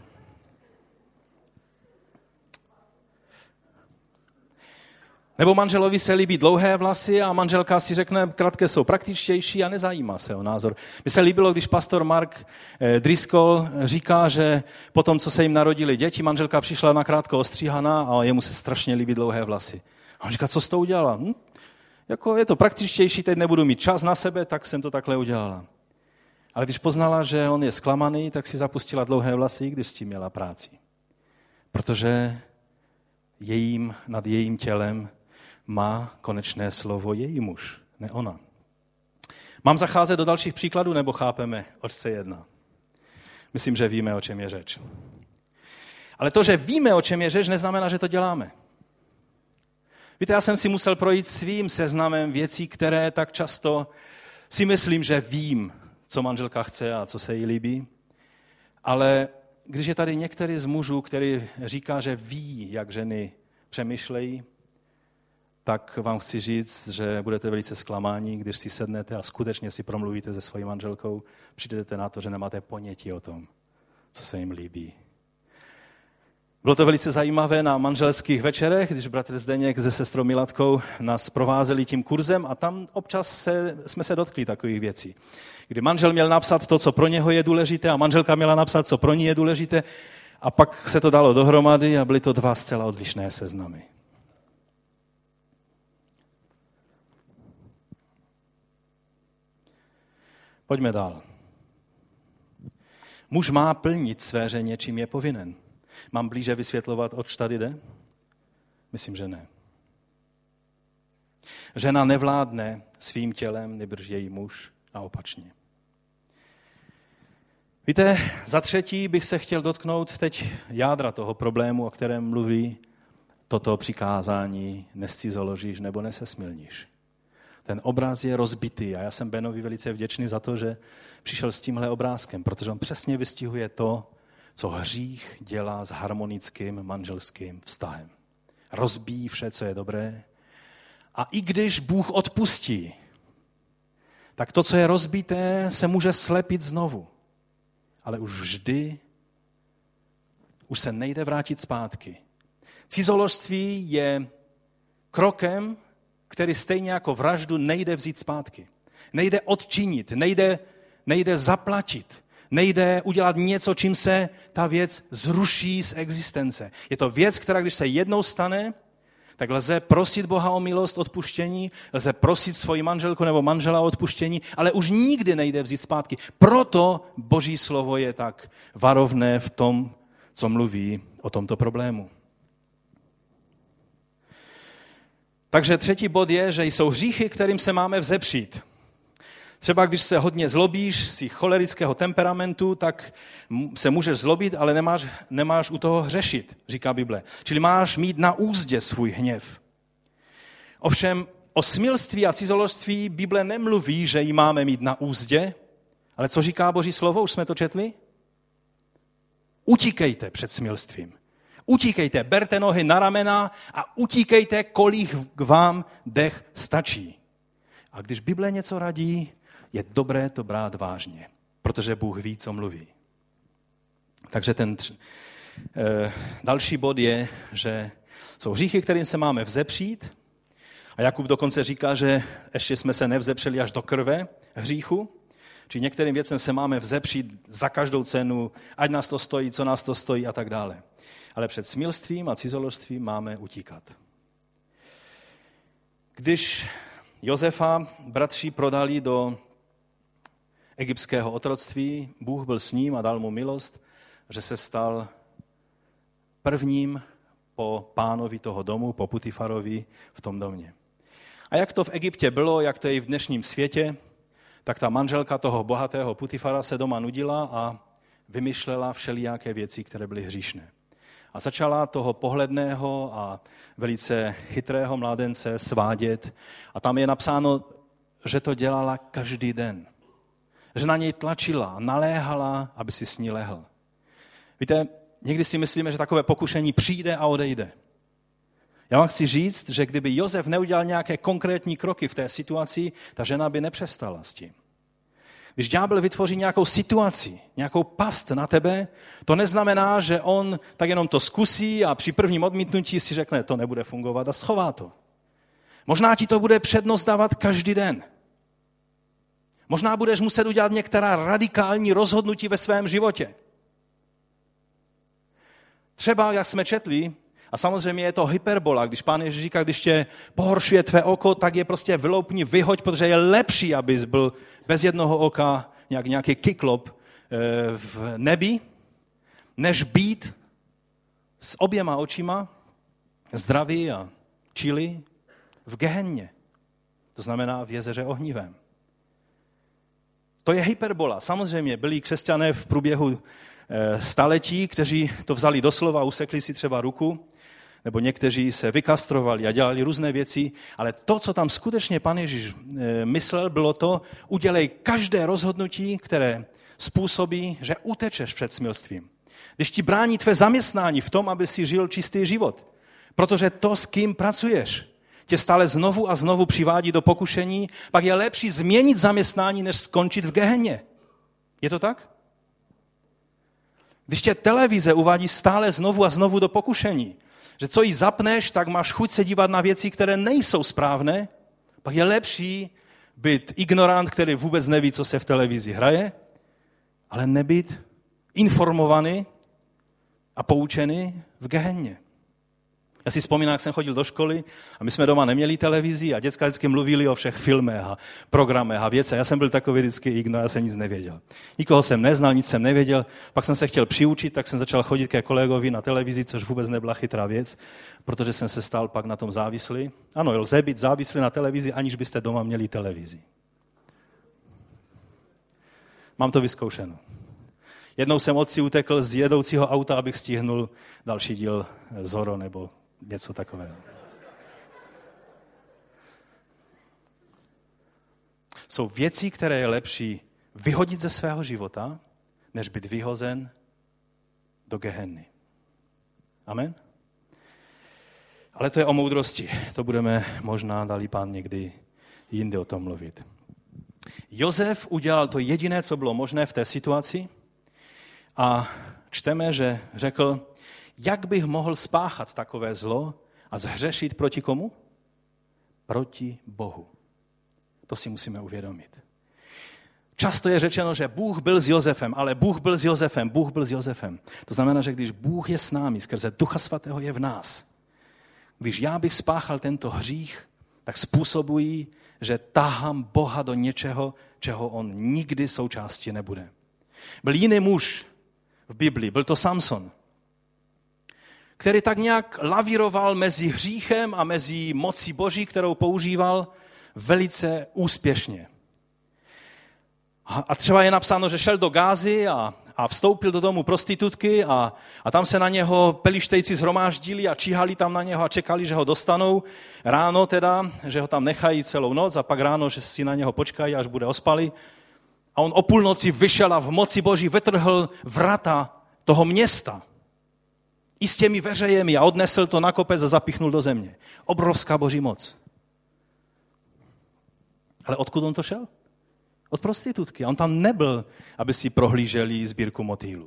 Nebo manželovi se líbí dlouhé vlasy a manželka si řekne, krátké jsou praktičtější a nezajímá se o názor. Mně se líbilo, když pastor Mark Driscoll říká, že po tom, co se jim narodili děti, manželka přišla na krátko ostříhaná a jemu se strašně líbí dlouhé vlasy. A on říká, co jsi to udělala? Jako je to praktičtější, teď nebudu mít čas na sebe, tak jsem to takhle udělala. Ale když poznala, že on je zklamaný, tak si zapustila dlouhé vlasy, když s tím měla práci. Protože nad jejím tělem má konečné slovo její muž, ne ona. Mám zacházet do dalších příkladů, nebo chápeme, oč se jedná? Myslím, že víme, o čem je řeč. Ale to, že víme, o čem je řeč, neznamená, že to děláme. Víte, já jsem si musel projít svým seznamem věcí, které tak často si myslím, že vím, co manželka chce a co se jí líbí. Ale když je tady některý z mužů, který říká, že ví, jak ženy přemýšlejí, tak vám chci říct, že budete velice zklamáni, když si sednete a skutečně si promluvíte se svojí manželkou, přijdete na to, že nemáte ponětí o tom, co se jim líbí. Bylo to velice zajímavé na manželských večerech, když bratr Zdeněk se sestrou Milatkou nás provázeli tím kurzem a tam občas jsme se dotkli takových věcí. Kdy manžel měl napsat to, co pro něho je důležité a manželka měla napsat, co pro ní je důležité a pak se to dalo dohromady a byly to dva zcela odlišné seznamy. Pojďme dál. Muž má plnit svéřeně, čím je povinen. Mám blíže vysvětlovat, oč tady jde? Myslím, že ne. Žena nevládne svým tělem, nýbrž její muž a opačně. Víte, za třetí bych se chtěl dotknout teď jádra toho problému, o kterém mluví toto přikázání, nescizoložíš nebo nesesmilníš. Ten obraz je rozbitý a já jsem Benovi velice vděčný za to, že přišel s tímhle obrázkem, protože on přesně vystihuje to, co hřích dělá s harmonickým manželským vztahem. Rozbíjí vše, co je dobré. A i když Bůh odpustí, tak to, co je rozbité, se může slepit znovu. Ale už se nejde vrátit zpátky. Cizoložství je krokem, který stejně jako vraždu nejde vzít zpátky. Nejde odčinit, nejde zaplatit. Nejde udělat něco, čím se ta věc zruší z existence. Je to věc, která když se jednou stane, tak lze prosit Boha o milost, odpuštění, lze prosit svoji manželku nebo manžela o odpuštění, ale už nikdy nejde vzít zpátky. Proto Boží slovo je tak varovné v tom, co mluví o tomto problému. Takže třetí bod je, že jsou hříchy, kterým se máme vzepřít. Třeba když se hodně zlobíš, jsi cholerického temperamentu, tak se můžeš zlobit, ale nemáš u toho hřešit, říká Bible. Čili máš mít na úzdě svůj hněv. Ovšem o smilství a cizoložství Bible nemluví, že ji máme mít na úzdě, ale co říká Boží slovo, už jsme to četli? Utíkejte před smilstvím. Utíkejte, berte nohy na ramena a utíkejte, kolik vám dech stačí. A když Bible něco radí, je dobré to brát vážně, protože Bůh ví, co mluví. Takže ten další bod je, že jsou hříchy, kterým se máme vzepřít. A Jakub dokonce říká, že ještě jsme se nevzepřeli až do krve hříchu. Či některým věcem se máme vzepřít za každou cenu, ať nás to stojí, co nás to stojí a tak dále. Ale před smilstvím a cizoložstvím máme utíkat. Když Josefa bratři prodali do egyptského otroctví, Bůh byl s ním a dal mu milost, že se stal prvním po pánovi toho domu, po Putifarovi v tom domě. A jak to v Egyptě bylo, jak to je i v dnešním světě, tak ta manželka toho bohatého Putifara se doma nudila a vymýšlela všelijaké věci, které byly hříšné. A začala toho pohledného a velice chytrého mládence svádět. A tam je napsáno, že to dělala každý den. Že na něj tlačila, naléhala, aby si s ní lehl. Víte, někdy si myslíme, že takové pokušení přijde a odejde. Já vám chci říct, že kdyby Josef neudělal nějaké konkrétní kroky v té situaci, ta žena by nepřestala s tím. Když ďábel vytvoří nějakou situaci, nějakou past na tebe, to neznamená, že on tak jenom to zkusí a při prvním odmítnutí si řekne, to nebude fungovat a schová to. Možná ti to bude přednost dávat každý den. Možná budeš muset udělat některá radikální rozhodnutí ve svém životě. Třeba, jak jsme četli, a samozřejmě je to hyperbola, když Pán Ježíš říká, když tě pohoršuje tvé oko, tak je prostě vyloupni, vyhoď, protože je lepší, abys byl bez jednoho oka nějaký kyklop v nebi, než být s oběma očima zdravý a čilý v Gehenně. To znamená v jezeře ohnivém. To je hyperbola. Samozřejmě byli křesťané v průběhu staletí, kteří to vzali doslova a usekli si třeba ruku, nebo někteří se vykastrovali a dělali různé věci, ale to, co tam skutečně Pán Ježíš myslel, bylo to, udělej každé rozhodnutí, které způsobí, že utečeš před smilstvím. Když ti brání tvé zaměstnání v tom, aby si žil čistý život, protože to, s kým pracuješ, tě stále znovu a znovu přivádí do pokušení, pak je lepší změnit zaměstnání, než skončit v Gehenně. Je to tak? Když tě televize uvádí stále znovu a znovu do pokušení, že co jí zapneš, tak máš chuť se dívat na věci, které nejsou správné, pak je lepší být ignorant, který vůbec neví, co se v televizi hraje, ale nebýt informovaný a poučený v Gehenně. Já si vzpomínám, jak jsem chodil do školy a my jsme doma neměli televizi a děcka vždycky mluvili o všech filmech a programech a věcech. Já jsem byl takový vždycky ignorant, já jsem nic nevěděl. Nikoho jsem neznal, nic jsem nevěděl. Pak jsem se chtěl přiučit, tak jsem začal chodit ke kolegovi na televizi, což vůbec nebyla chytrá věc, protože jsem se stal pak na tom závislý. Ano, lze být závislý na televizi, aniž byste doma měli televizi. Mám to vyzkoušeno. Jednou jsem otci utekl z jedoucího auta, abych stihnul další díl Zorro nebo něco takového. Jsou věci, které je lepší vyhodit ze svého života, než být vyhozen do Gehenny. Amen? Ale to je o moudrosti. To budeme možná, dali Pán někdy jindy o tom mluvit. Josef udělal to jediné, co bylo možné v té situaci a čteme, že řekl, jak bych mohl spáchat takové zlo a zhřešit proti komu? Proti Bohu. To si musíme uvědomit. Často je řečeno, že Bůh byl s Josefem, ale Bůh byl s Josefem, Bůh byl s Josefem. To znamená, že když Bůh je s námi, skrze Ducha Svatého je v nás, když já bych spáchal tento hřích, tak způsobují, že tahám Boha do něčeho, čeho on nikdy součástí nebude. Byl jiný muž v Biblii, byl to Samson, který tak nějak lavíroval mezi hříchem a mezi mocí Boží, kterou používal velice úspěšně. A třeba je napsáno, že šel do Gázy a vstoupil do domu prostitutky a tam se na něho pelištejci shromáždili a číhali tam na něho a čekali, že ho dostanou. Ráno teda, že ho tam nechají celou noc a pak ráno, že si na něho počkají, až bude ospalý. A on o půlnoci vyšel a v moci Boží vytrhl vrata toho města. I s těmi veřejemi a odnesl to na kopec a zapichnul do země. Obrovská Boží moc. Ale odkud on to šel? Od prostitutky. A on tam nebyl, aby si prohlíželi sbírku motýlů.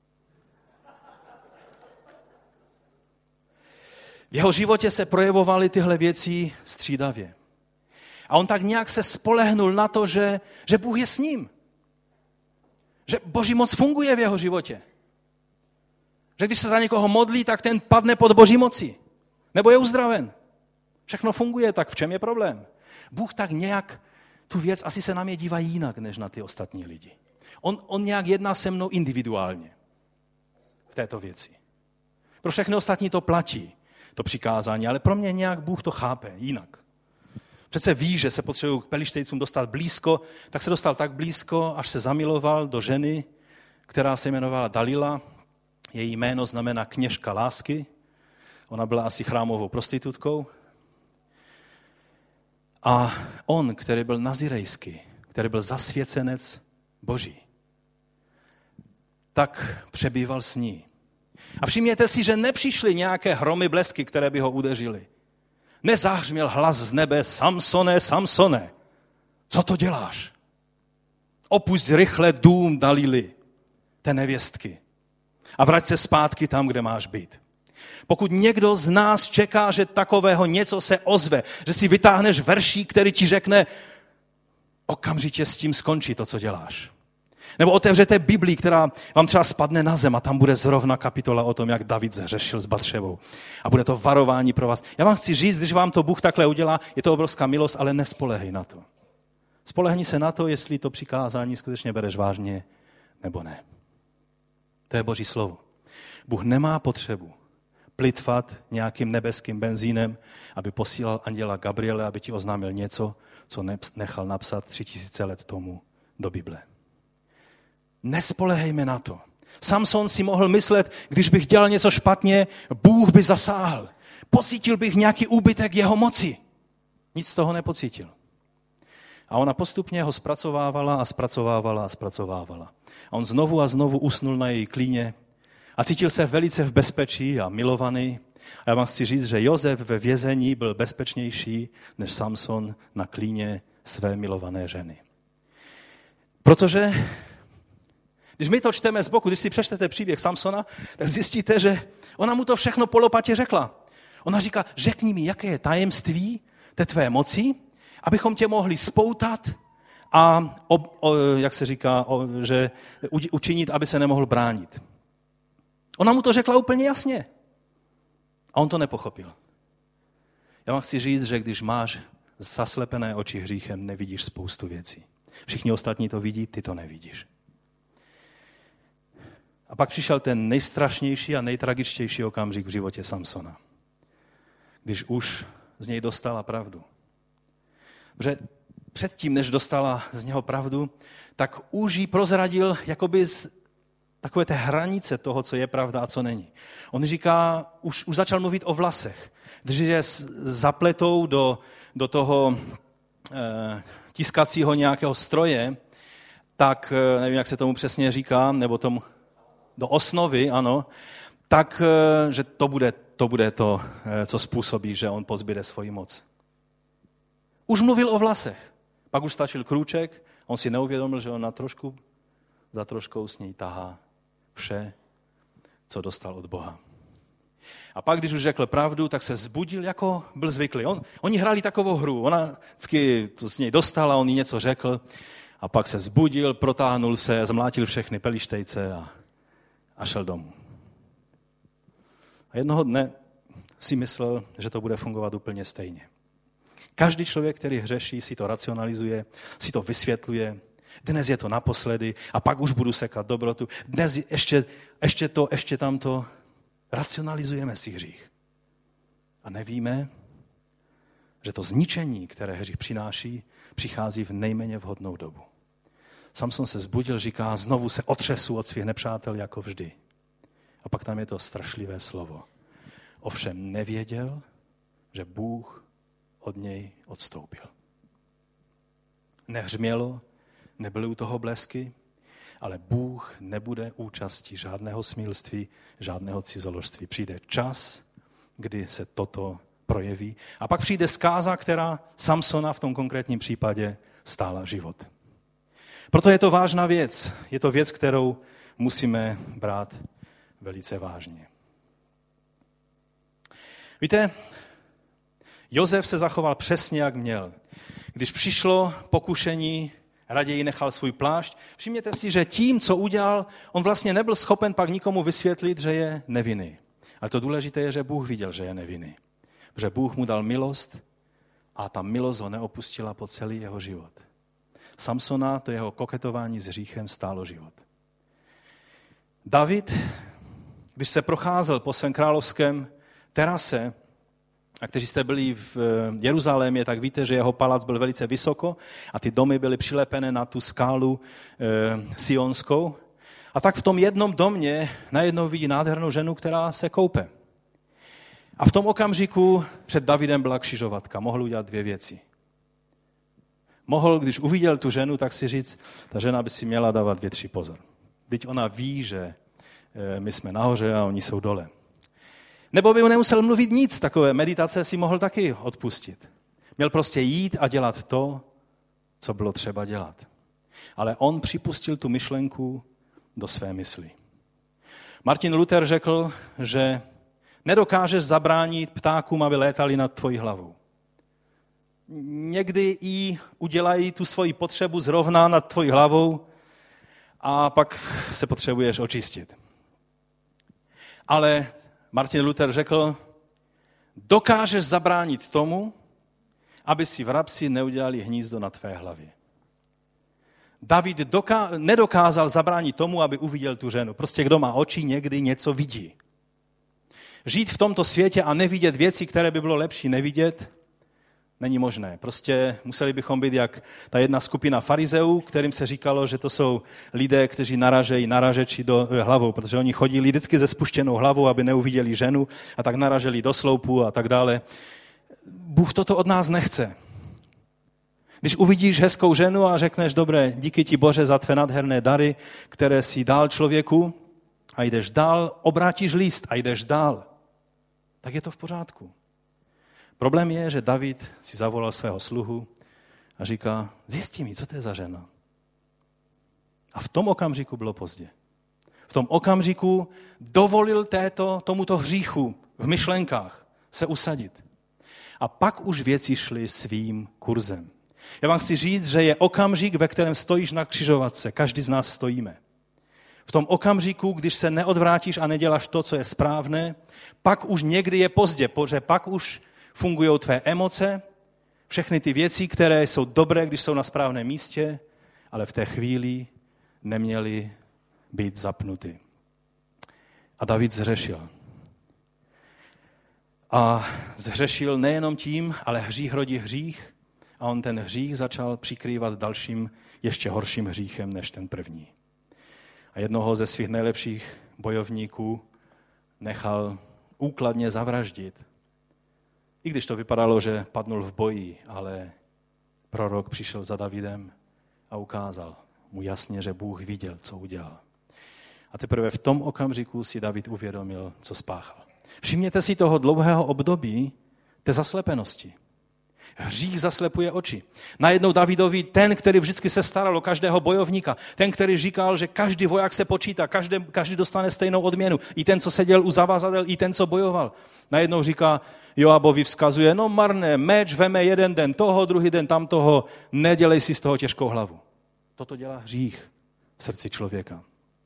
V jeho životě se projevovaly tyhle věci střídavě. A on tak nějak se spolehnul na to, že Bůh je s ním. Že Boží moc funguje v jeho životě. Že když se za někoho modlí, tak ten padne pod Boží moci. Nebo je uzdraven. Všechno funguje, tak v čem je problém? Bůh tak nějak tu věc, asi se na mě dívá jinak, než na ty ostatní lidi. On nějak jedná se mnou individuálně v této věci. Pro všechny ostatní to platí, to přikázání, ale pro mě nějak Bůh to chápe jinak. Přece ví, že se potřebují k pelištejcům dostat blízko, tak se dostal tak blízko, až se zamiloval do ženy, která se jmenovala Dalila. Její jméno znamená kněžka lásky. Ona byla asi chrámovou prostitutkou. A on, který byl nazirejský, který byl zasvěcenec Boží, tak přebýval s ní. A všimněte si, že nepřišly nějaké hromy, blesky, které by ho udeřily. Nezahřměl hlas z nebe: Samsone, Samsone, co to děláš? Opušť rychle dům Dalily, té nevěstky, a vrať se zpátky tam, kde máš být. Pokud někdo z nás čeká, že takového něco se ozve, že si vytáhneš verší, který ti řekne, okamžitě s tím skončí to, co děláš. Nebo otevřete Biblii, která vám třeba spadne na zem a tam bude zrovna kapitola o tom, jak David zhřešil s Batšebou. A bude to varování pro vás. Já vám chci říct, když vám to Bůh takhle udělá, je to obrovská milost, ale nespolehej na to. Spolehni se na to, jestli to přikázání skutečně bereš vážně nebo ne. To je Boží slovo. Bůh nemá potřebu plitvat nějakým nebeským benzínem, aby posílal anděla Gabriele, aby ti oznámil něco, co nechal napsat 3000 let tomu do Bible. Nespolehejme na to. Samson si mohl myslet, když bych dělal něco špatně, Bůh by zasáhl. Pocítil bych nějaký úbytek jeho moci. Nic z toho nepocítil. A ona postupně ho zpracovávala a zpracovávala a zpracovávala. A on znovu a znovu usnul na její klíně a cítil se velice v bezpečí a milovaný. A já vám chci říct, že Josef ve vězení byl bezpečnější než Samson na klíně své milované ženy. Protože když my to čteme z boku, když si přečtete příběh Samsona, tak zjistíte, že ona mu to všechno po lopatě řekla. Ona říká, řekni mi, jaké je tajemství té tvé moci, abychom tě mohli spoutat a, jak se říká, že učinit, aby se nemohl bránit. Ona mu to řekla úplně jasně. A on to nepochopil. Já vám chci říct, že když máš zaslepené oči hříchem, nevidíš spoustu věcí. Všichni ostatní to vidí, ty to nevidíš. A pak přišel ten nejstrašnější a nejtragičtější okamžik v životě Samsona. Když už z něj dostala pravdu. Protože předtím, než dostala z něho pravdu, tak už jí prozradil jakoby z takové té hranice toho, co je pravda a co není. On říká, už začal mluvit o vlasech. Když je zapletou do toho tiskacího nějakého stroje, tak nevím, jak se tomu přesně říká, nebo tomu do osnovy, ano, tak, že to bude to, co způsobí, že on pozbyde svoji moc. Už mluvil o vlasech. Pak už stačil krůček, on si neuvědomil, že on za troškou s něj tahá vše, co dostal od Boha. A pak, když už řekl pravdu, tak se zbudil, jako byl zvyklý. Oni hráli takovou hru. Ona vždycky to s něj dostala, on jí něco řekl a pak se zbudil, protáhnul se, zmlátil všechny pelištejce a šel domů. A jednoho dne si myslel, že to bude fungovat úplně stejně. Každý člověk, který hřeší, si to racionalizuje, si to vysvětluje. Dnes je to naposledy a pak už budu sekat dobrotu. Dnes ještě tamto. Racionalizujeme si hřích. A nevíme, že to zničení, které hřích přináší, přichází v nejméně vhodnou dobu. Samson se zbudil, říká, znovu se otřesu od svých nepřátel jako vždy. A pak tam je to strašlivé slovo. Ovšem nevěděl, že Bůh od něj odstoupil. Nehřmělo, nebyly u toho blesky, ale Bůh nebude účastí žádného smilství, žádného cizoložství. Přijde čas, kdy se toto projeví. A pak přijde zkáza, která Samsona v tom konkrétním případě stála život. Proto je to vážná věc. Je to věc, kterou musíme brát velice vážně. Víte, Josef se zachoval přesně, jak měl. Když přišlo pokušení, raději nechal svůj plášť. Všimněte si, že tím, co udělal, on vlastně nebyl schopen pak nikomu vysvětlit, že je nevinný. Ale to důležité je, že Bůh viděl, že je nevinný. Protože Bůh mu dal milost a ta milost ho neopustila po celý jeho život. Samsona, to jeho koketování s hříchem, stálo život. David, když se procházel po svém královském terase, a kteří jste byli v Jeruzalémě, tak víte, že jeho palác byl velice vysoko a ty domy byly přilepené na tu skálu Sionskou. A tak v tom jednom domě najednou vidí nádhernou ženu, která se koupe. A v tom okamžiku před Davidem byla křižovatka. Mohl udělat dvě věci. Mohl, když uviděl tu ženu, tak si říct, ta žena by si měla dávat 2-3 pozor. Vždyť ona ví, že my jsme nahoře a oni jsou dole. Nebo by mu nemusel mluvit nic, takové meditace si mohl taky odpustit. Měl prostě jít a dělat to, co bylo třeba dělat. Ale on připustil tu myšlenku do své mysli. Martin Luther řekl, že nedokážeš zabránit ptákům, aby létali nad tvojí hlavou. Někdy i udělají tu svoji potřebu zrovna nad tvojí hlavou a pak se potřebuješ očistit. Ale Martin Luther řekl, dokážeš zabránit tomu, aby si vrabci neudělali hnízdo na tvé hlavě. David nedokázal zabránit tomu, aby uviděl tu ženu. Prostě kdo má oči, někdy něco vidí. Žít v tomto světě a nevidět věci, které by bylo lepší nevidět, není možné. Prostě museli bychom být jak ta jedna skupina farizeů, kterým se říkalo, že to jsou lidé, kteří naražejí naražeči do hlavou, protože oni chodili vždycky se spuštěnou hlavou, aby neuviděli ženu a tak naraželi do sloupu a tak dále. Bůh toto od nás nechce. Když uvidíš hezkou ženu a řekneš, dobré, díky ti Bože za tvé nádherné dary, které si dal člověku a jdeš dál, obrátíš list a jdeš dál, tak je to v pořádku. Problém je, že David si zavolal svého sluhu a říká, zjistí mi, co to je za žena. A v tom okamžiku bylo pozdě. V tom okamžiku dovolil tomuto hříchu v myšlenkách se usadit. A pak už věci šly svým kurzem. Já vám chci říct, že je okamžik, ve kterém stojíš na křižovatce. Každý z nás stojíme. V tom okamžiku, když se neodvrátíš a neděláš to, co je správné, pak už někdy je pozdě, protože pak už fungují tvé emoce, všechny ty věci, které jsou dobré, když jsou na správném místě, ale v té chvíli neměly být zapnuty. A David zhřešil. A zhřešil nejenom tím, ale hřích rodí hřích a on ten hřích začal přikrývat dalším, ještě horším hříchem než ten první. A jednoho ze svých nejlepších bojovníků nechal úkladně zavraždit. I když to vypadalo, že padnul v boji, ale prorok přišel za Davidem a ukázal mu jasně, že Bůh viděl, co udělal. A teprve v tom okamžiku si David uvědomil, co spáchal. Všimněte si toho dlouhého období té zaslepenosti. Hřích zaslepuje oči. Najednou Davidovi, ten, který vždycky se staral o každého bojovníka, ten, který říkal, že každý voják se počítá, každý dostane stejnou odměnu, i ten, co seděl u zavazadel, i ten, co bojoval. Najednou říká, Joabovi vzkazuje, no marné, meč veme jeden den toho, druhý den tamtoho, nedělej si z toho těžkou hlavu. Toto dělá hřích v srdci člověka.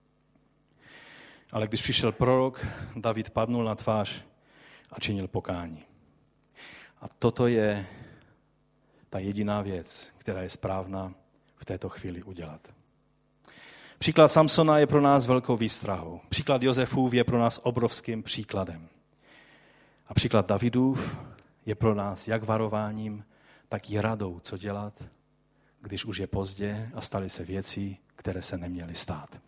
Ale když přišel prorok, David padnul na tvář a činil pokání. A toto je ta jediná věc, která je správná v této chvíli udělat. Příklad Samsona je pro nás velkou výstrahou. Příklad Josefův je pro nás obrovským příkladem. A příklad Davidův je pro nás jak varováním, tak i radou, co dělat, když už je pozdě a staly se věci, které se neměly stát.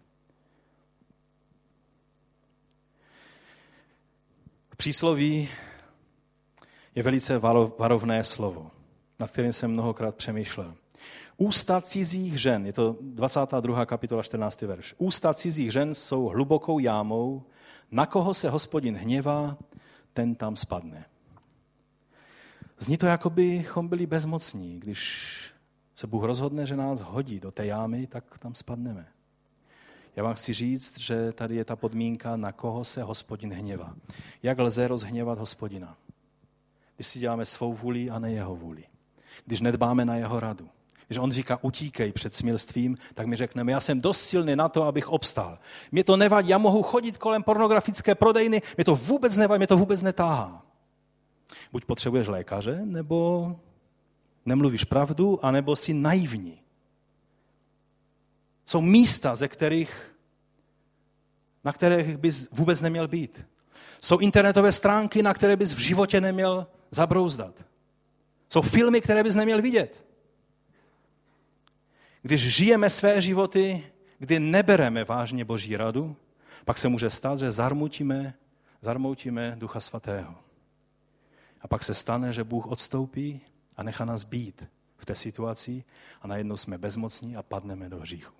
Přísloví je velice varovné slovo, nad kterým jsem mnohokrát přemýšlel. Ústa cizích žen, je to 22. kapitola 14. verš. Ústa cizích žen jsou hlubokou jámou, na koho se Hospodin hněvá, ten tam spadne. Zní to, jako bychom byli bezmocní. Když se Bůh rozhodne, že nás hodí do té jámy, tak tam spadneme. Já vám chci říct, že tady je ta podmínka, na koho se Hospodin hněvá. Jak lze rozhněvat Hospodina? Když si děláme svou vůli a ne jeho vůli. Když nedbáme na jeho radu. Když on říká, utíkej před smilstvím, tak my řekneme, já jsem dost silný na to, abych obstál. Mě to nevadí, já mohu chodit kolem pornografické prodejny, mě to vůbec nevadí, mě to vůbec netáhá. Buď potřebuješ lékaře, nebo nemluvíš pravdu, anebo jsi naivní. Jsou místa, na kterých bys vůbec neměl být. Jsou internetové stránky, na které bys v životě neměl zabrouzdat. Jsou filmy, které bys neměl vidět. Když žijeme své životy, kdy nebereme vážně Boží radu, pak se může stát, že zarmoutíme Ducha Svatého. A pak se stane, že Bůh odstoupí a nechá nás být v té situaci a najednou jsme bezmocní a padneme do hříchu.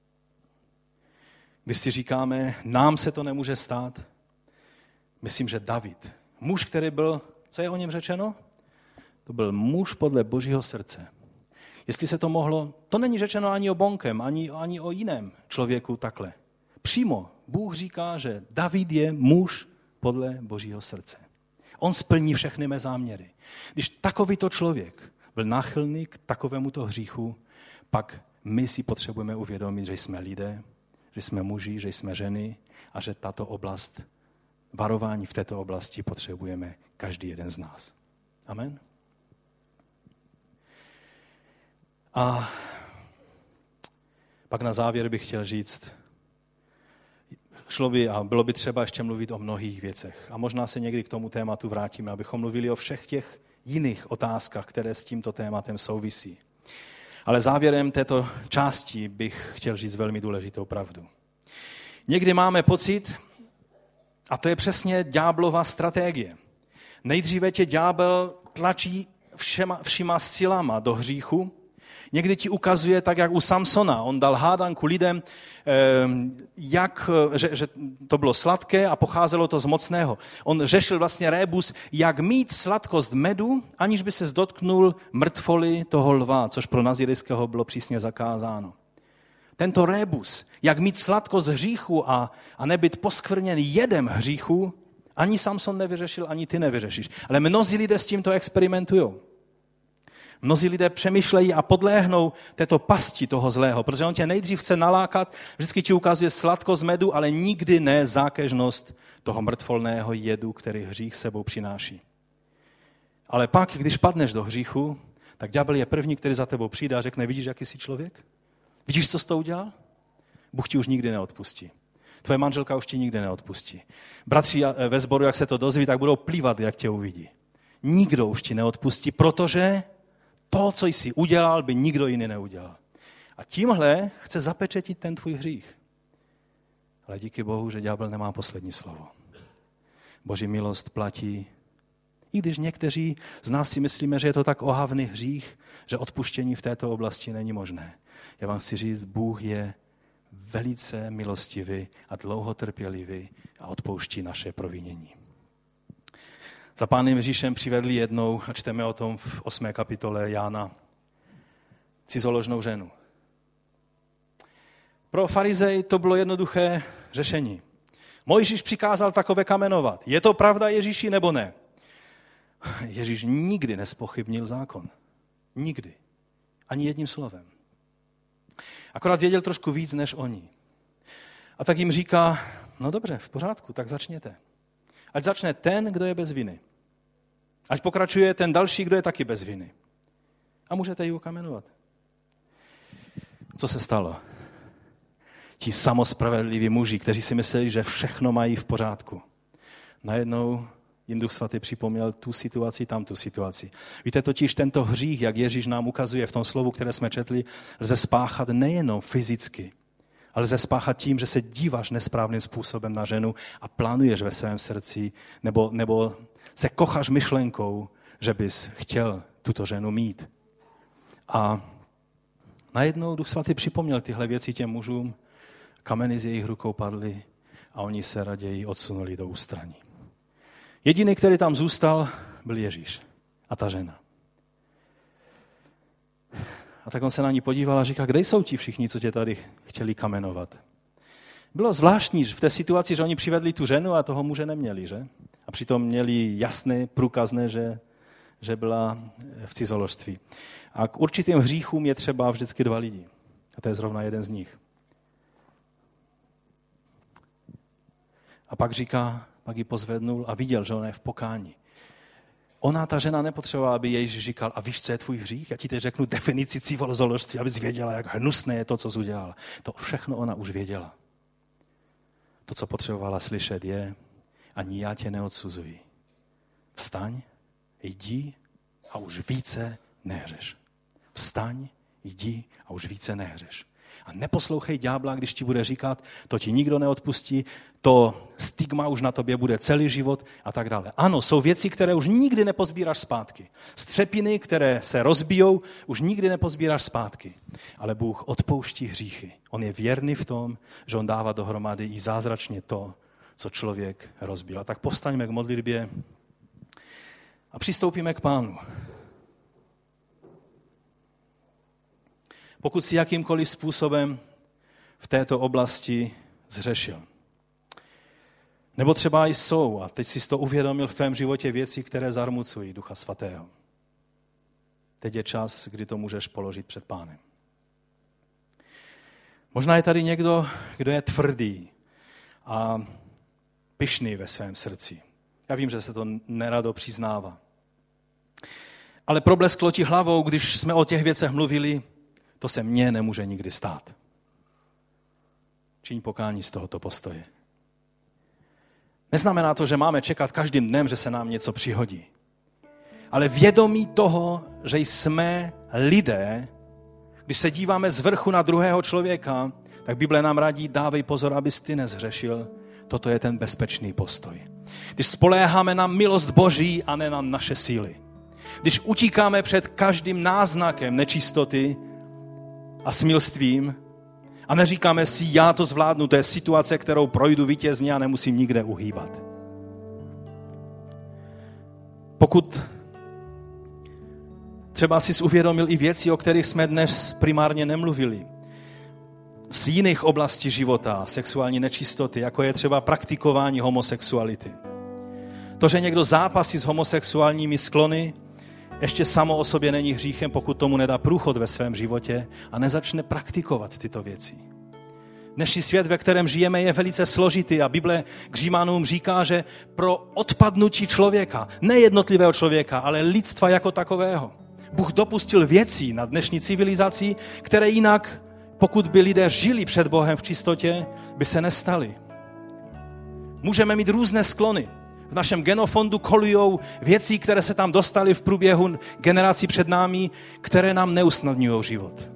Když si říkáme, nám se to nemůže stát, myslím, že David, muž, který byl, co je o něm řečeno? To byl muž podle Božího srdce. Jestli se to mohlo, to není řečeno ani o Bonkem, ani o jiném člověku takhle. Přímo Bůh říká, že David je muž podle Božího srdce. On splní všechny mé záměry. Když takovýto člověk byl náchylný k takovémuto hříchu, pak my si potřebujeme uvědomit, že jsme lidé, že jsme muži, že jsme ženy a že tato oblast, varování v této oblasti potřebujeme každý jeden z nás. Amen. A pak na závěr bych chtěl říct, šlo by a bylo by třeba ještě mluvit o mnohých věcech. A možná se někdy k tomu tématu vrátíme, abychom mluvili o všech těch jiných otázkách, které s tímto tématem souvisí. Ale závěrem této části bych chtěl říct velmi důležitou pravdu. Někdy máme pocit, a to je přesně ďáblova strategie. Nejdříve tě ďábel tlačí všema silama do hříchu. Někdy ti ukazuje, tak jak u Samsona, on dal hádanku lidem, že to bylo sladké a pocházelo to z mocného. On řešil vlastně rébus, jak mít sladkost medu, aniž by se dotknul mrtvoly toho lva, což pro nazirijského bylo přísně zakázáno. Tento rébus, jak mít sladkost hříchu a nebyt poskvrněn jedem hříchu, ani Samson nevyřešil, ani ty nevyřešíš. Ale mnozí lidé s tímto experimentují. Mnozí lidé přemýšlejí a podléhnou této pasti toho zlého, protože on tě nejdřív chce nalákat, vždycky ti ukazuje sladkost medu, ale nikdy ne zákeřnost toho mrtvolného jedu, který hřích sebou přináší. Ale pak, když padneš do hříchu, tak ďábel je první, který za tebou přijde a řekne, vidíš, jaký jsi člověk? Vidíš, co jsi to udělal? Bůh ti už nikdy neodpustí. Tvoje manželka už ti nikdy neodpustí. Bratři ve sboru, jak se to dozví, tak budou plývat, jak tě uvidí. Nikdo už ti neodpustí, protože to, co jsi udělal, by nikdo jiný neudělal. A tímhle chce zapečetit ten tvůj hřích. Ale díky Bohu, že ďábel nemá poslední slovo. Boží milost platí, i když někteří z nás si myslíme, že je to tak ohavný hřích, že odpuštění v této oblasti není možné. Já vám chci říct, Bůh je velice milostivý a dlouhotrpělivý a odpouští naše provinění. Za Pánem Ježíšem přivedli jednou, a čteme o tom v 8. kapitole Jána, cizoložnou ženu. Pro farizej to bylo jednoduché řešení. Mojžíš přikázal takové kamenovat. Je to pravda, Ježíši, nebo ne? Ježíš nikdy nespochybnil zákon. Nikdy. Ani jedním slovem. Akorát věděl trošku víc než oni. A tak jim říká, no dobře, v pořádku, tak začněte. Ať začne ten, kdo je bez viny. Ať pokračuje ten další, kdo je taky bez viny. A můžete ji ukamenovat. Co se stalo? Ti samospravedliví muži, kteří si mysleli, že všechno mají v pořádku. Najednou jim Duch Svatý připomněl tu situaci, tamtu situaci. Víte, totiž tento hřích, jak Ježíš nám ukazuje v tom slovu, které jsme četli, lze spáchat nejenom fyzicky, ale lze spáchat tím, že se díváš nesprávným způsobem na ženu a plánuješ ve svém srdci, nebo se kocháš myšlenkou, že bys chtěl tuto ženu mít. A najednou Duch Svatý připomněl tyhle věci těm mužům, kameny z jejich rukou padly a oni se raději odsunuli do ústraní. Jediný, který tam zůstal, byl Ježíš a ta žena. A tak on se na ní podíval a říká, kde jsou ti všichni, co tě tady chtěli kamenovat. Bylo zvláštní v té situaci, že oni přivedli tu ženu a toho muže neměli, že? A přitom měli jasné, průkazné, že byla v cizoložství. A k určitým hříchům je třeba vždycky dva lidi. A to je zrovna jeden z nich. A pak říká, pak ji pozvednul a viděl, že ona je v pokání. Ona, ta žena, nepotřebovala, aby Ježíš říkal, a víš, co je tvůj hřích? Já ti teď řeknu definici cizoložství, abys věděla, jak hnusné je to, co jsi udělala. To všechno ona už věděla. To, co potřebovala slyšet, je, ani já tě neodsuzuji. Vstaň, jdi a už více nehřeš. Vstaň, jdi a už více nehřeš. A neposlouchej ďábla, když ti bude říkat, to ti nikdo neodpustí, to stigma už na tobě bude celý život a tak dále. Ano, jsou věci, které už nikdy nepozbíráš zpátky. Střepiny, které se rozbijou, už nikdy nepozbíráš zpátky. Ale Bůh odpouští hříchy. On je věrný v tom, že on dává dohromady i zázračně to, co člověk rozbil. A tak povstaňme k modlitbě a přistoupíme k Pánu. Pokud si jakýmkoliv způsobem v této oblasti zhřešil. Nebo třeba jsou, a teď jsi to uvědomil v tvém životě, věci, které zarmucují Ducha Svatého. Teď je čas, kdy to můžeš položit před Pánem. Možná je tady někdo, kdo je tvrdý a pyšný ve svém srdci. Já vím, že se to nerado přiznává. Ale problesklo ti hlavou, když jsme o těch věcech mluvili, to se mně nemůže nikdy stát. Čiň pokání z tohoto postoje. Neznamená to, že máme čekat každým dnem, že se nám něco přihodí. Ale vědomí toho, že jsme lidé, když se díváme z vrchu na druhého člověka, tak Bible nám radí, dávej pozor, abys ty nezhřešil. Toto je ten bezpečný postoj. Když spoléháme na milost Boží a ne na naše síly. Když utíkáme před každým náznakem nečistoty a smilstvím a neříkáme si, já to zvládnu, to je situace, kterou projdu vítězně a nemusím nikde uhýbat. Pokud třeba jsi uvědomil i věci, o kterých jsme dnes primárně nemluvili, z jiných oblastí života, sexuální nečistoty, jako je třeba praktikování homosexuality. To, že někdo zápasí s homosexuálními sklony, ještě samo o sobě není hříchem, pokud tomu nedá průchod ve svém životě a nezačne praktikovat tyto věci. Dnešní svět, ve kterém žijeme, je velice složitý a Bible k Římanům říká, že pro odpadnutí člověka, ne jednotlivého člověka, ale lidstva jako takového, Bůh dopustil věcí na dnešní civilizaci, které jinak, pokud by lidé žili před Bohem v čistotě, by se nestaly. Můžeme mít různé sklony. V našem genofondu kolujou věci, které se tam dostaly v průběhu generací před námi, které nám neusnadňují život.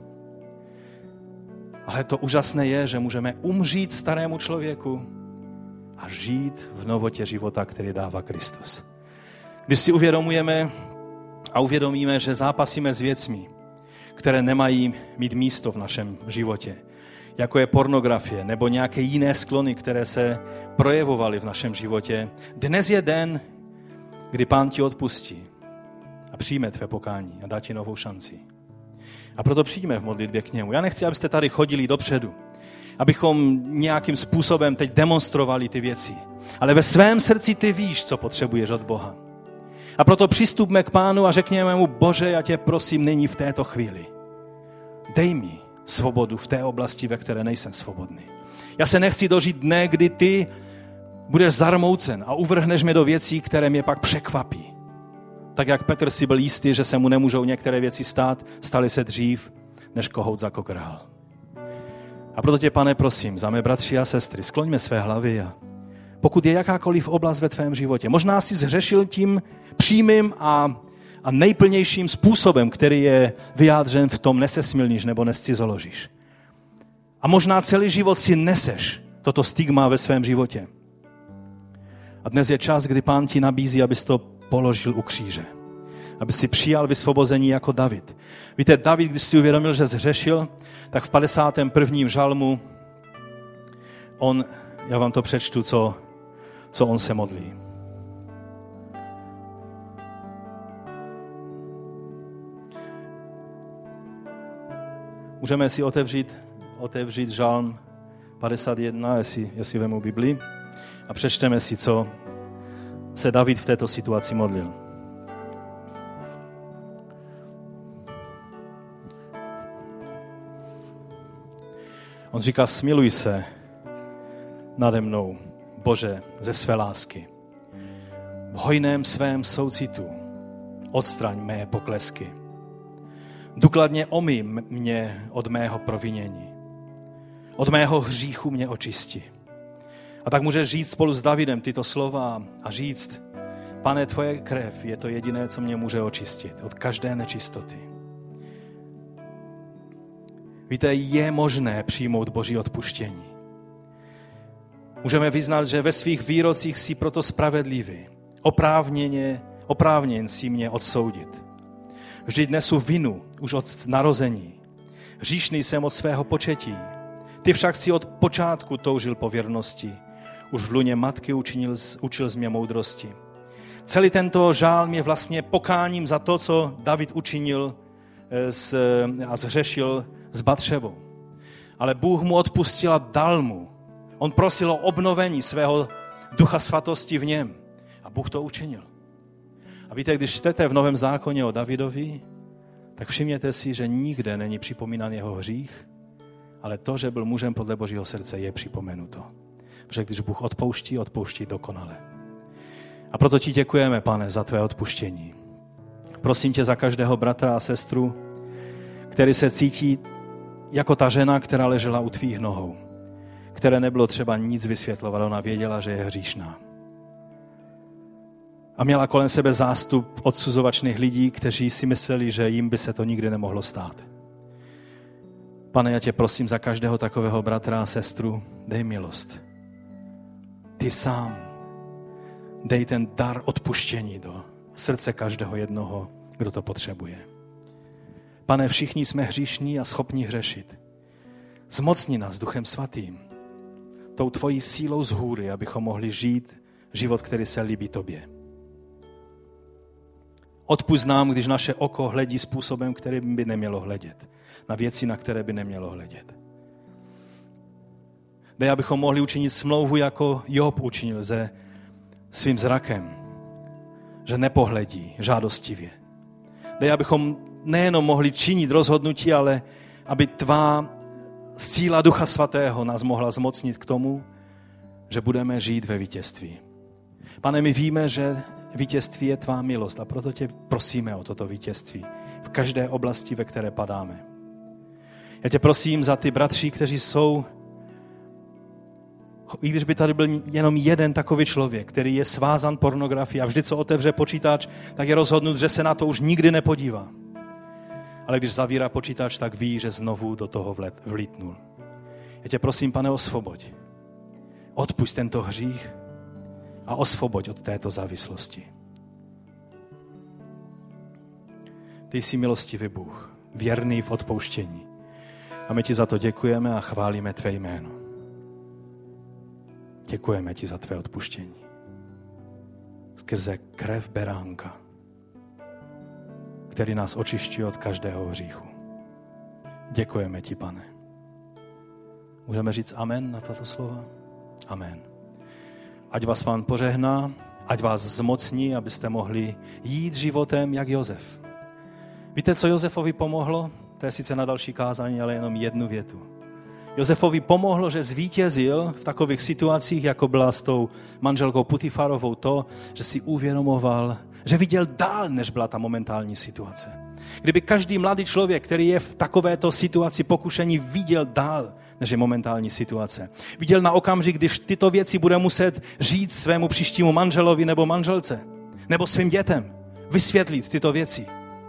Ale to úžasné je, že můžeme umřít starému člověku a žít v novotě života, který dává Kristus. Když si uvědomujeme a uvědomíme, že zápasíme s věcmi, které nemají mít místo v našem životě, jako je pornografie nebo nějaké jiné sklony, které se projevovaly v našem životě. Dnes je den, kdy Pán ti odpustí a přijme tvé pokání a dá ti novou šanci. A proto přijďme v modlitbě k němu. Já nechci, abyste tady chodili dopředu, abychom nějakým způsobem teď demonstrovali ty věci. Ale ve svém srdci ty víš, co potřebuješ od Boha. A proto přistupme k Pánu a řekněme mu, Bože, já tě prosím nyní v této chvíli. Dej mi svobodu v té oblasti, ve které nejsem svobodný. Já se nechci dožít dne, kdy ty budeš zarmoucen a uvrhneš mě do věcí, které mě pak překvapí. Tak jak Petr si byl jistý, že se mu nemůžou některé věci stát, staly se dřív, než kohout zakokrhal. A proto tě, Pane, prosím, za mé bratři a sestry, skloňme své hlavy a pokud je jakákoliv oblast ve tvém životě, možná jsi zhřešil tím přímým a nejplnějším způsobem, který je vyjádřen v tom nesesmilníš nebo nescizoložíš. A možná celý život si neseš toto stigma ve svém životě. A dnes je čas, kdy Pán ti nabízí, abys to položil u kříže. Aby si přijal vysvobození jako David. Víte, David, když si uvědomil, že zhřešil, tak v 51. žalmu já vám to přečtu, co on se modlí. Můžeme si otevřít žalm 51, jestli vemu Bibli, a přečteme si, co se David v této situaci modlil. On říká, smiluj se nade mnou, Bože, ze své lásky. V hojném svém soucitu odstraň mé poklesky. Důkladně omyj mě od mého provinění. Od mého hříchu mě očisti. A tak můžeš říct spolu s Davidem tyto slova a říct, Pane, tvoje krev je to jediné, co mě může očistit od každé nečistoty. Víte, je možné přijmout Boží odpuštění. Můžeme vyznat, že ve svých výrocích jsi proto spravedlivý. Oprávněn si mě odsoudit. Vždyť nesu vinu už od narození. Hříšný jsem od svého početí. Ty však si od počátku toužil po věrnosti. Už v luně matky učil z mě moudrosti. Celý tento žálm je vlastně pokáním za to, co David učinil a zhřešil s Batšebou. Ale Bůh mu odpustil a dal mu. On prosil o obnovení svého ducha svatosti v něm. A Bůh to učinil. A víte, když čtete v Novém zákoně o Davidovi, tak všimněte si, že nikde není připomínán jeho hřích, ale to, že byl mužem podle Božího srdce, je připomenuto. Protože když Bůh odpouští dokonale. A proto ti děkujeme, Pane, za tvé odpuštění. Prosím tě za každého bratra a sestru, který se cítí jako ta žena, která ležela u tvých nohou, které nebylo třeba nic vysvětlovat, ona věděla, že je hříšná. A měla kolem sebe zástup odsuzovačných lidí, kteří si mysleli, že jim by se to nikdy nemohlo stát. Pane, já tě prosím za každého takového bratra a sestru, dej milost. Ty sám dej ten dar odpuštění do srdce každého jednoho, kdo to potřebuje. Pane, všichni jsme hříšní a schopni hřešit. Zmocni nás Duchem Svatým, tou tvojí sílou z hůry, abychom mohli žít život, který se líbí tobě. Odpusť nám, když naše oko hledí způsobem, který by nemělo hledět. Na věci, na které by nemělo hledět. Dej, abychom mohli učinit smlouvu, jako Job učinil se svým zrakem, že nepohledí žádostivě. Dej, abychom nejenom mohli činit rozhodnutí, ale aby tvá síla Ducha Svatého nás mohla zmocnit k tomu, že budeme žít ve vítězství. Pane, my víme, že vítězství je tvá milost a proto tě prosíme o toto vítězství v každé oblasti, ve které padáme. Já tě prosím za ty bratři, kteří jsou, i když by tady byl jenom jeden takový člověk, který je svázan pornografií a vždy, co otevře počítač, tak je rozhodnut, že se na to už nikdy nepodívá. Ale když zavírá počítač, tak ví, že znovu do toho vlítnul. Já tě prosím, Pane, osvoboď. Odpusť tento hřích a osvoboď od této závislosti. Ty jsi milostivý Bůh, věrný v odpouštění. A my ti za to děkujeme a chválíme tvé jméno. Děkujeme ti za tvé odpuštění. Skrze krev beránka, který nás očišťuje od každého hříchu. Děkujeme ti, Pane. Můžeme říct amen na tato slova? Amen. Ať vás Pán požehná, ať vás zmocní, abyste mohli jít životem jak Josef. Víte, co Josefovi pomohlo? To je sice na další kázání, ale jenom jednu větu. Josefovi pomohlo, že zvítězil v takových situacích, jako byla s tou manželkou Putifarovou, to, že si uvědomoval, že viděl dál, než byla ta momentální situace. Kdyby každý mladý člověk, který je v takovéto situaci pokušení, viděl dál, než je momentální situace. Viděl na okamžik, když tyto věci bude muset říct svému příštímu manželovi nebo manželce, nebo svým dětem, vysvětlit tyto věci.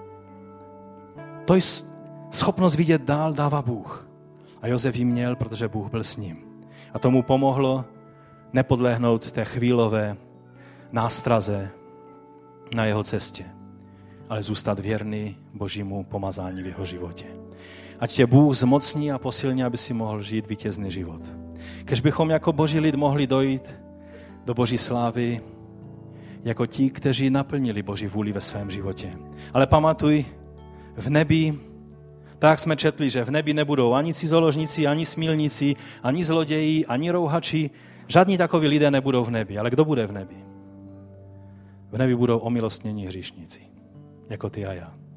To je schopnost vidět dál dává Bůh. A Josef ji měl, protože Bůh byl s ním. A tomu pomohlo nepodlehnout té chvílové nástraze na jeho cestě, ale zůstat věrný Božímu pomazání v jeho životě. Ať tě Bůh zmocní a posilní, aby si mohl žít vítězný život. Kež bychom jako Boží lid mohli dojít do Boží slávy jako ti, kteří naplnili Boží vůli ve svém životě. Ale pamatuj, v nebi, tak jak jsme četli, že v nebi nebudou ani cizoložníci, ani smilníci, ani zloději, ani rouhači. Žádní takoví lidé nebudou v nebi. Ale kdo bude v nebi? V nebi budou omilostnění hříšníci, jako ty a já.